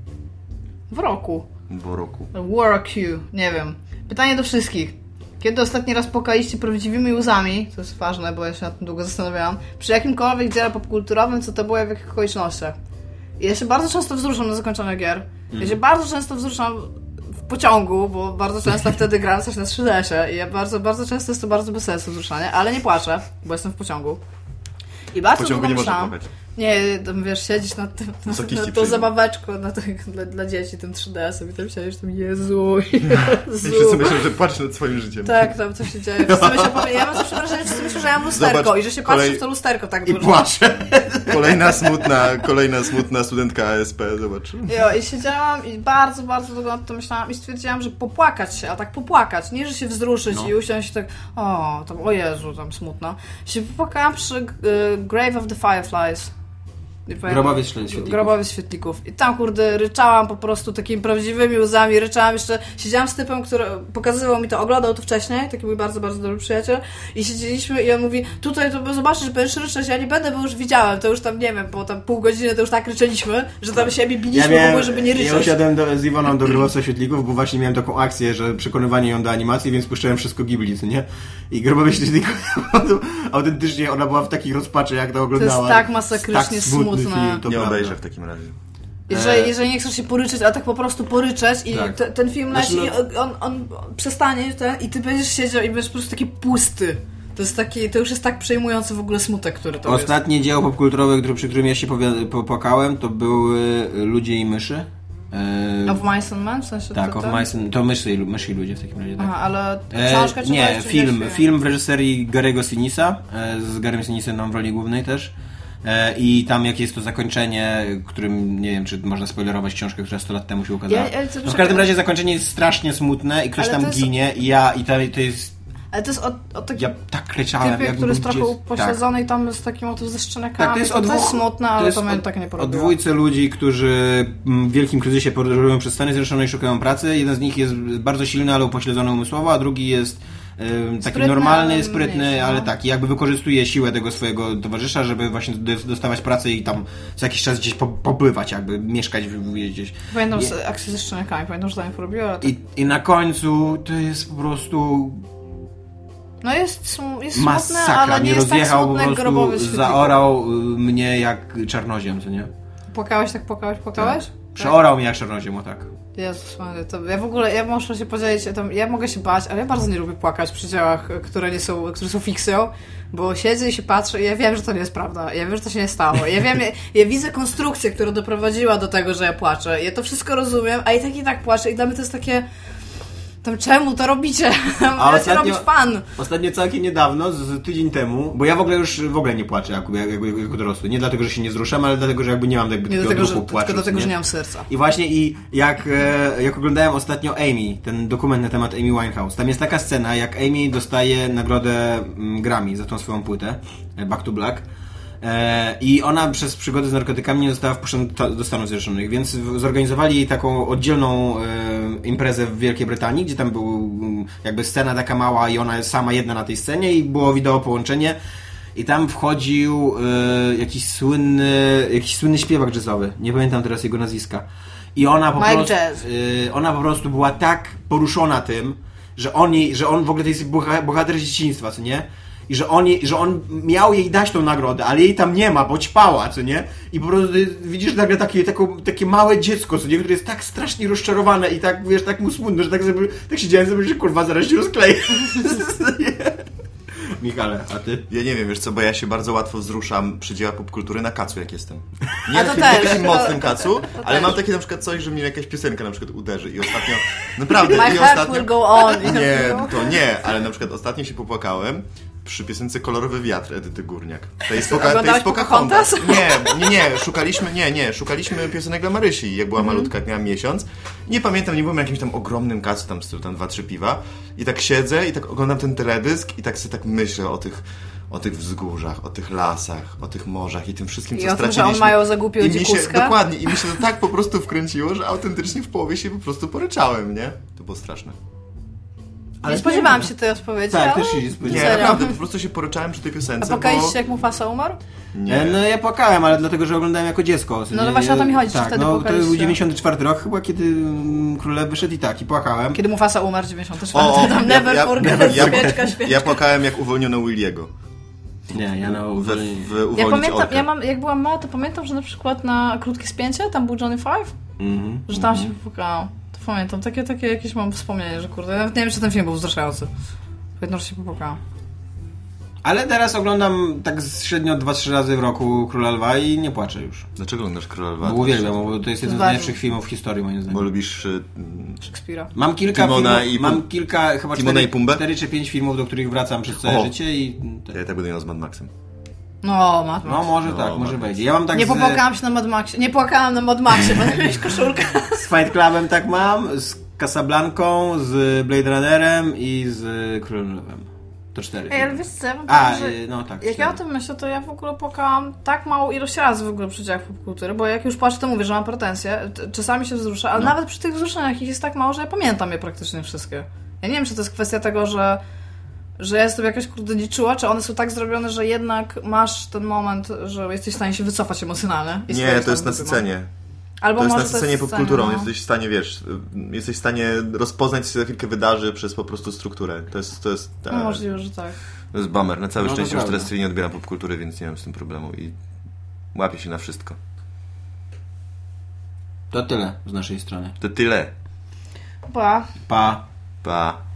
W roku. W roku. Worku, nie wiem. Pytanie do wszystkich. Kiedy ostatni raz płakaliście prawdziwymi łzami, to jest ważne, bo ja się nad tym długo zastanawiałam, przy jakimkolwiek dziele popkulturowym, co to było i w jakich okolicznościach? I ja się bardzo często wzruszam na zakończone gier. Mm. Ja się bardzo często wzruszam w pociągu, bo bardzo często wtedy gram coś na trzy D esie i ja bardzo, bardzo często jest to bardzo bez sensu wzruszanie, ale nie płaczę, bo jestem w pociągu. I bardzo długo myślałam... Nie, tam wiesz, siedzisz nad tym, na, na tą zabaweczką na tych, dla, dla dzieci, tym trzy D esem i tam siedzisz tam, Jezu, Jezu. I wszyscy myślą, że płaczesz nad swoim życiem. Tak, tam co się dzieje. Wszyscy myślą, ja mam zawsze wrażenie, że wszyscy myślą, że ja mam lusterko. Zobacz, i że się kolej... patrzę w to lusterko tak dużo. I płaczę. Kolejna smutna, kolejna smutna studentka A S P, zobacz. Jo, i siedziałam i bardzo, bardzo długo nad tym myślałam i stwierdziłam, że popłakać się, a tak popłakać, nie, że się wzruszyć no. i usiąść tak, o, tam, o Jezu, tam smutno. Się popłakałam przy y, Grave of the Fireflies. Grobowiec Świetlików. Grobowiec Świetlików. I tam, kurde, ryczałam po prostu takimi prawdziwymi łzami, ryczałam jeszcze, siedziałam z typem, który pokazywał mi to, oglądał to wcześniej, taki mój bardzo, bardzo dobry przyjaciel i siedzieliśmy i on mówi, tutaj to zobaczysz, że będziesz ryczeć, ja nie będę, bo już widziałem, to już tam, nie wiem, po tam pół godziny to już tak ryczeliśmy, że tam siebie biliśmy, ja miałem, żeby nie ryczeć. Ja usiadłem do, z Iwoną do Grobowca Świetlików, bo właśnie miałem taką akcję, że przekonywanie ją do animacji, więc puszczałem wszystko Ghibli, nie? I Grobowiec Świetlików, autentycznie ona była w takich rozpaczy, jak to oglądała. To jest tak masakrycznie tak smutne. Film, to nie obejrzę w takim razie. Jeżeli, jeżeli nie chcesz się poryczeć, a tak po prostu poryczeć i tak. te, ten film leci znaczy, no... i on, on przestanie ten, i ty będziesz siedział i będziesz po prostu taki pusty. To jest taki, to już jest tak przejmujący w ogóle smutek, który to jest. Ostatnie dzieło popkulturowe, przy którym ja się popłakałem, to były Ludzie i myszy. Of Mice and Men? W sensie tak, to, Of Mice and... to myszy, myszy i ludzie w takim razie. Tak. Aha, ale książka czy e, Nie, film, film w reżyserii Gary'ego Sinisa, z Garym Sinisem w roli głównej też. I tam jakie jest to zakończenie, którym nie wiem, czy można spoilerować książkę, która sto lat temu się ukazała. Ja, no w każdym razie zakończenie jest strasznie smutne i ktoś tam jest... ginie i ja i to, to jest... Ale to jest od, od takiego ja tak kleciałem, typie, który jest trochę upośledzony tak. i tam z takim oto ze szczeniakami. Tak, to jest, to, dwóch, to jest smutne, ale to, jest to mnie od, tak nie porobiło. O dwójce ludzi, którzy w wielkim kryzysie podróżują przez Stany Zjednoczone i szukają pracy. Jeden z nich jest bardzo silny, ale upośledzony umysłowo, a drugi jest taki sprytny, normalny, sprytny, mniejszy, no. ale taki jakby wykorzystuje siłę tego swojego towarzysza, żeby właśnie dostawać pracę i tam co jakiś czas gdzieś pobywać, jakby mieszkać gdzieś. Pamiętam I, z akcji ze szczeniakami, pamiętam, że tam nie porobiła, ale tak. i, I na końcu to jest po prostu... No jest, jest masakra, smutne, ale nie mnie jest tak rozjechał, smutne po jak grobowy prostu świetlik. zaorał mnie jak czarnoziem, co nie? Płakałeś tak, płakałeś, płakałeś? Tak. Przeorał mnie jak czarnoziem, o tak. Jezus Maria, to ja w ogóle, ja muszę się podzielić, to ja mogę się bać, ale ja bardzo nie lubię płakać przy dziełach, które nie są, które są fikcją, bo siedzę i się patrzę i ja wiem, że to nie jest prawda, ja wiem, że to się nie stało, ja wiem, ja, ja widzę konstrukcję, która doprowadziła do tego, że ja płaczę, ja to wszystko rozumiem, a i tak i tak płaczę i dla mnie to jest takie... Tam czemu to robicie? Możecie robić fan. Ostatnio całkiem niedawno, z, z tydzień temu, bo ja w ogóle już w ogóle nie płaczę jako, jako, jako dorosły. Nie dlatego, że się nie wzruszam, ale dlatego, że jakby nie mam jakby nie takiego dlatego, że, płaczu. tylko dlatego, nie? że nie mam serca. I właśnie i jak, e, jak oglądałem ostatnio Amy, ten dokument na temat Amy Winehouse, tam jest taka scena, jak Amy dostaje nagrodę mm, Grammy za tą swoją płytę, Back to Black. I ona przez przygody z narkotykami nie została wpuszczona do Stanów Zjednoczonych, więc zorganizowali jej taką oddzielną e, imprezę w Wielkiej Brytanii, gdzie tam był jakby scena taka mała i ona jest sama jedna na tej scenie i było wideo połączenie i tam wchodził e, jakiś słynny jakiś słynny śpiewak jazzowy, nie pamiętam teraz jego nazwiska i ona po Mike prostu Jazz. e, ona po prostu była tak poruszona tym, że on, jej, że on w ogóle to jest bohater z dzieciństwa, co nie? I że on, że on miał jej dać tą nagrodę, ale jej tam nie ma, bo ćpała, co nie? I po prostu widzisz nagle takie, takie, takie małe dziecko, co nie? Które jest tak strasznie rozczarowane i tak, wiesz, tak mu smutno, że tak, sobie, tak siedziałem sobie, że kurwa, zaraz się rozkleję. Michale, a ty? Ja nie wiem, wiesz co, bo ja się bardzo łatwo wzruszam przy dziełach popkultury na kacu, jak jestem. Nie A na to takim, też. takim mocnym kacu, to ale też. mam takie na przykład coś, że mnie jakaś piosenka na przykład uderzy i ostatnio, naprawdę, My i heart ostatnio... will go on. Nie, to nie, ale na przykład ostatnio się popłakałem przy piosence Kolorowy wiatr Edyty Górniak. To jest, poka- to jest Pocahontas. Nie, nie, nie, szukaliśmy, nie, nie, szukaliśmy piosenek dla Marysi, jak była Mhm. malutka, jak miała miesiąc. Nie pamiętam, nie byłem na jakimś tam ogromnym kacu, tam, tam dwa, trzy piwa. I tak siedzę i tak oglądam ten teledysk i tak sobie tak myślę o tych, o tych wzgórzach, o tych lasach, o tych morzach i tym wszystkim, co I o tym, straciliśmy. że on mają za głupią I mi się, dzikuckę. dokładnie, i mi się to tak po prostu wkręciło, że autentycznie w połowie się po prostu poryczałem, nie? To było straszne. Ale nie spodziewałam się tej odpowiedzi, Tak, ale... też się nie Nie, spodziewałem. naprawdę, po prostu się poryczałem przy tej A piosence, płakaliście bo... jak Mufasa umarł? Nie. No ja płakałem, ale dlatego, że oglądałem jako dziecko. No, no właśnie o to mi chodzi, czy tak, wtedy no, to płakaliście? był dziewięćdziesiąty czwarty rok chyba, kiedy mm, Król wyszedł i tak, i płakałem. Kiedy Mufasa umarł dziewięćdziesiąty O, o, czwarty, tam ja- never ja- forget, ja- świeczka, świeczka. Ja płakałem, jak uwolniono Williego. Nie, ja no... We, w Ja uwolnić pamiętam, orkę. ja mam, jak byłam mała, to pamiętam, że na przykład na Krótkie Spięcie, tam był Johnny Five, Mhm. że tam się popłakałam. To pamiętam, takie, takie jakieś mam wspomnienie, że kurde, nawet nie wiem, czy ten film był wzruszający. Pamiętam, że się popłakałam. Ale teraz oglądam tak średnio dwa trzy razy w roku Króla Lwa i nie płaczę już. Dlaczego oglądasz Króla Lwa? Bo uwielbiam, bo to jest jeden z Bardzo. najlepszych filmów w historii, moim zdaniem. Bo lubisz y, Szekspira. Mam kilka Timona filmów, i Pum- mam kilka, chyba Timona cztery, i Pumbę? cztery czy pięć filmów, do których wracam przez całe O. życie i... ja tak będę miał z Mad Maxem. No, Mad Max. No może No, tak, Mad może Max. wejdzie. Ja mam tak Nie z, popłakałam się na Mad Maxie. Nie płakałam na Mad Maxie, bo miałeś koszulkę. z Fight Clubem tak mam, z Casablanką, z Blade Runnerem i z Królem Lwem. To cztery. Ej, ale wiesz co, ja mam A, tak, że y, no tak. jak cztery. ja o tym myślę, to ja w ogóle płakałam tak małą ilość razy w ogóle przy dziełach popkultury, bo jak już płaczę, to mówię, że mam pretensje. T- Czasami się wzruszę, ale No. nawet przy tych wzruszeniach ich jest tak mało, że ja pamiętam je praktycznie wszystkie. Ja nie wiem, czy to jest kwestia tego, że że ja jestem jakaś kurde nieczuła, czy one są tak zrobione, że jednak masz ten moment, że jesteś w stanie się wycofać emocjonalnie. i Nie, stworzyć to jest tam dupy, nasycenie. Albo To jest może nasycenie jest popkulturą. scena, Jesteś w stanie, wiesz, y, jesteś w stanie rozpoznać, co się za chwilkę wydarzy przez po prostu strukturę. To jest, to jest, No, no możliwe, że tak. to jest bummer. Na całe No, to szczęście już prawda. teraz nie odbieram popkultury, więc nie mam z tym problemu i łapię się na wszystko. To tyle z naszej strony. To tyle. Pa. Pa. Pa.